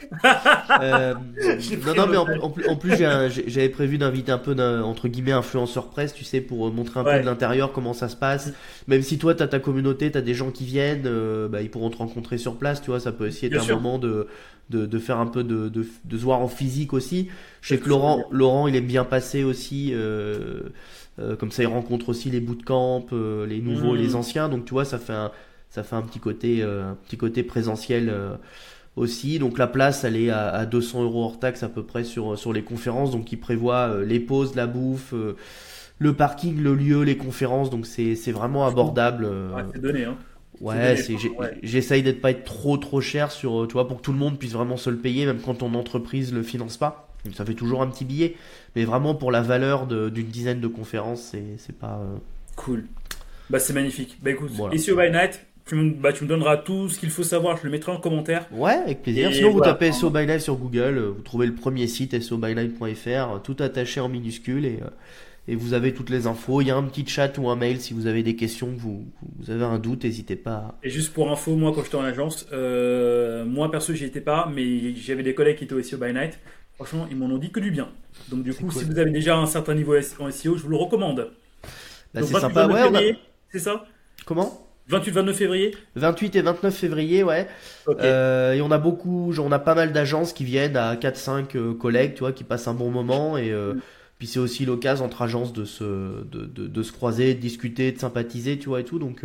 Non, mais en plus j'avais prévu d'inviter un peu entre guillemets influenceur presse, tu sais, pour montrer un peu de l'intérieur comment ça se passe. Même si toi t'as ta communauté, t'as des gens qui viennent, ils pourront te rencontrer sur place, tu vois, ça peut aussi être un moment de faire un peu de se voir en physique aussi. Je sais que Laurent il aime bien passer aussi. Comme ça, il rencontre aussi les bootcamps, les nouveaux, les anciens. Donc, tu vois, ça fait un petit côté présentiel aussi. Donc, la place, elle est à 200 € hors taxe à peu près sur les conférences. Donc, il prévoit les pauses, la bouffe, le parking, le lieu, les conférences. Donc, c'est vraiment abordable. C'est donné, hein. Ouais, j'essaye d'être pas être trop cher sur, tu vois, pour que tout le monde puisse vraiment se le payer, même quand ton entreprise le finance pas. Ça fait toujours un petit billet, mais vraiment pour la valeur d'une dizaine de conférences, c'est pas... Cool. Bah c'est magnifique. Bah écoute, voilà. SEO by Night, tu me donneras tout ce qu'il faut savoir, je le mettrai en commentaire. Ouais, avec plaisir. Sinon, vous tapez SEO by Night sur Google, vous trouvez le premier site, seobynight.fr, tout attaché en minuscule, et vous avez toutes les infos. Il y a un petit chat ou un mail si vous avez des questions, vous avez un doute, n'hésitez pas. Et juste pour info, moi quand j'étais en agence, moi perso j'y étais pas, mais j'avais des collègues qui étaient au SEO by Night. Franchement, ils m'en ont dit que du bien. Donc du coup, cool. Si vous avez déjà un certain niveau en SEO, je vous le recommande. Bah, c'est sympa, ouais. C'est ça ? Comment ? 28-29 février ? 28 et 29 février, ouais. Okay. Et on a pas mal d'agences qui viennent à 4-5 collègues, tu vois, qui passent un bon moment. Et puis c'est aussi l'occasion entre agences de se croiser, de discuter, de sympathiser, tu vois, et tout. Donc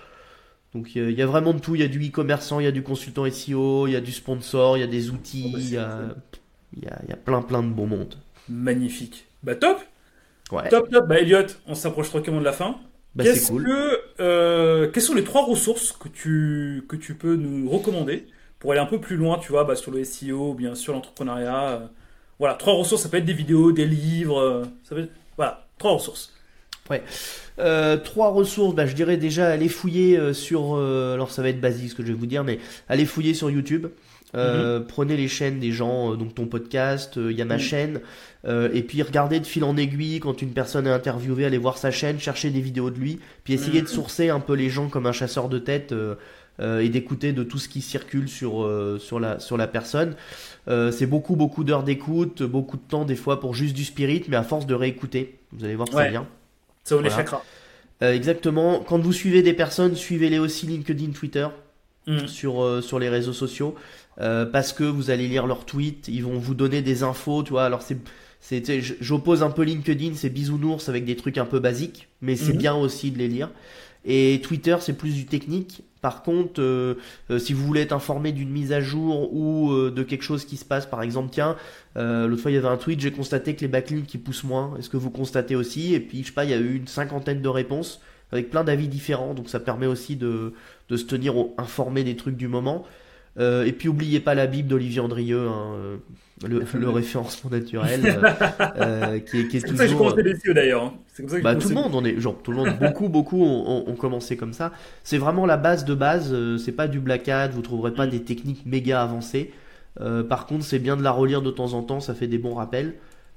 il y a vraiment de tout. Il y a du e-commerçant, il y a du consultant SEO, il y a du sponsor, il y a des outils, il y a plein de beaux mondes. Magnifique. Bah top. Ouais. Top. Bah Elliot, on s'approche tranquillement de la fin. Bah, c'est cool. Quelles sont les 3 ressources que tu peux nous recommander pour aller un peu plus loin, tu vois, sur le SEO, bien sûr l'entrepreneuriat. Voilà, 3 ressources, ça peut être des vidéos, des livres, voilà, 3 ressources. Ouais. 3 ressources, je dirais déjà aller fouiller sur, alors ça va être basique ce que je vais vous dire, mais allez fouiller sur YouTube. Prenez les chaînes des gens, donc ton podcast, il y a ma chaîne, et puis regardez de fil en aiguille quand une personne est interviewée, allez voir sa chaîne, chercher des vidéos de lui, puis essayez de sourcer un peu les gens comme un chasseur de tête et d'écouter de tout ce qui circule sur la personne. C'est beaucoup d'heures d'écoute, beaucoup de temps des fois pour juste du spirit, mais à force de réécouter, vous allez voir que c'est bien. Ça ouvre les chakras. Exactement. Quand vous suivez des personnes, suivez-les aussi LinkedIn, Twitter. Sur les réseaux sociaux, parce que vous allez lire leurs tweets, ils vont vous donner des infos, tu vois. Alors j'oppose un peu LinkedIn, c'est bisounours avec des trucs un peu basiques, mais c'est bien aussi de les lire. Et Twitter, c'est plus du technique. Par contre, si vous voulez être informé d'une mise à jour ou de quelque chose qui se passe, par exemple, l'autre fois il y avait un tweet, j'ai constaté que les backlinks qui poussent moins. Est-ce que vous constatez aussi ? Et puis je sais pas, il y a eu une 50aine de réponses avec plein d'avis différents, donc ça permet aussi de se tenir informé des trucs du moment. Et puis oubliez pas la Bible d'Olivier Andrieux, le référencement naturel, qui est toujours. C'est comme ça que j'ai commencé les SEO d'ailleurs. Hein. C'est comme ça que tout le monde, beaucoup ont commencé comme ça. C'est vraiment la base de base. C'est pas du black hat, vous trouverez pas des techniques méga avancées. Par contre, c'est bien de la relire de temps en temps, ça fait des bons rappels.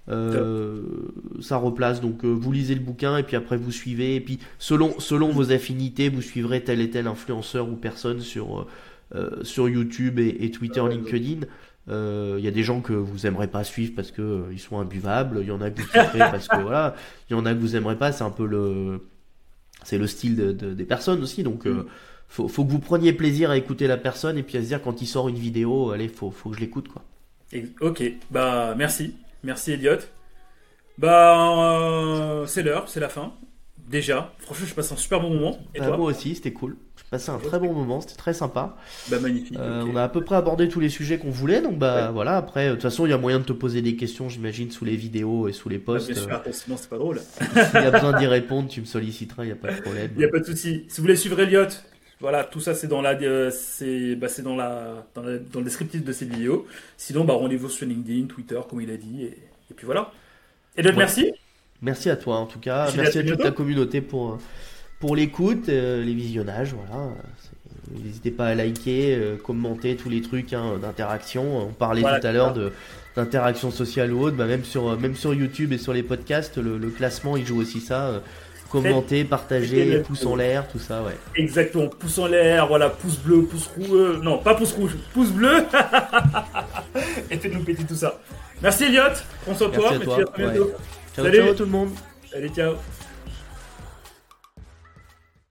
Ça replace, donc vous lisez le bouquin et puis après vous suivez, et puis selon vos affinités vous suivrez tel et tel influenceur ou personne sur YouTube et Twitter, LinkedIn. Il y a des gens que vous aimerez pas suivre parce que ils sont imbuvables, il y en a que vous kifferez parce que voilà, il y en a que vous aimerez pas, c'est un peu le style des personnes aussi, donc faut que vous preniez plaisir à écouter la personne et puis à se dire quand il sort une vidéo, allez, faut que je l'écoute quoi. Ok, bah merci Elliot. C'est l'heure, c'est la fin. Déjà, franchement, je passe un super bon moment. Et toi ? Moi aussi, c'était cool. Je passais un très bon moment, c'était très sympa. Magnifique. On a à peu près abordé tous les sujets qu'on voulait, donc voilà. Après, de toute façon, il y a moyen de te poser des questions, j'imagine, sous les vidéos et sous les posts. Bien sûr, sinon c'est pas drôle. S'il y a besoin d'y répondre, tu me solliciteras, il n'y a pas de problème. Il n'y a pas de souci. Si vous voulez suivre Elliot, voilà, tout ça c'est dans dans le descriptif de cette vidéo. Sinon, rendez-vous sur LinkedIn, Twitter, comme il a dit, et puis voilà. Elliot, merci. Merci à toi en tout cas. Merci à toute ta communauté pour l'écoute, les visionnages. Voilà. N'hésitez pas à liker, commenter tous les trucs d'interaction. On parlait tout à l'heure d'interaction sociale ou autre. Même sur YouTube et sur les podcasts, le classement il joue aussi ça. Commenter, partager, pouce en l'air, tout ça, ouais. Exactement, pouce en l'air, voilà, pouce bleu, pouce rouge, non, pas pouce rouge, pouce bleu. Et faites-nous péter tout ça. Merci Elliot, prends soin de toi, merci à toi. À très bientôt. Ciao tout le monde. Allez, ciao.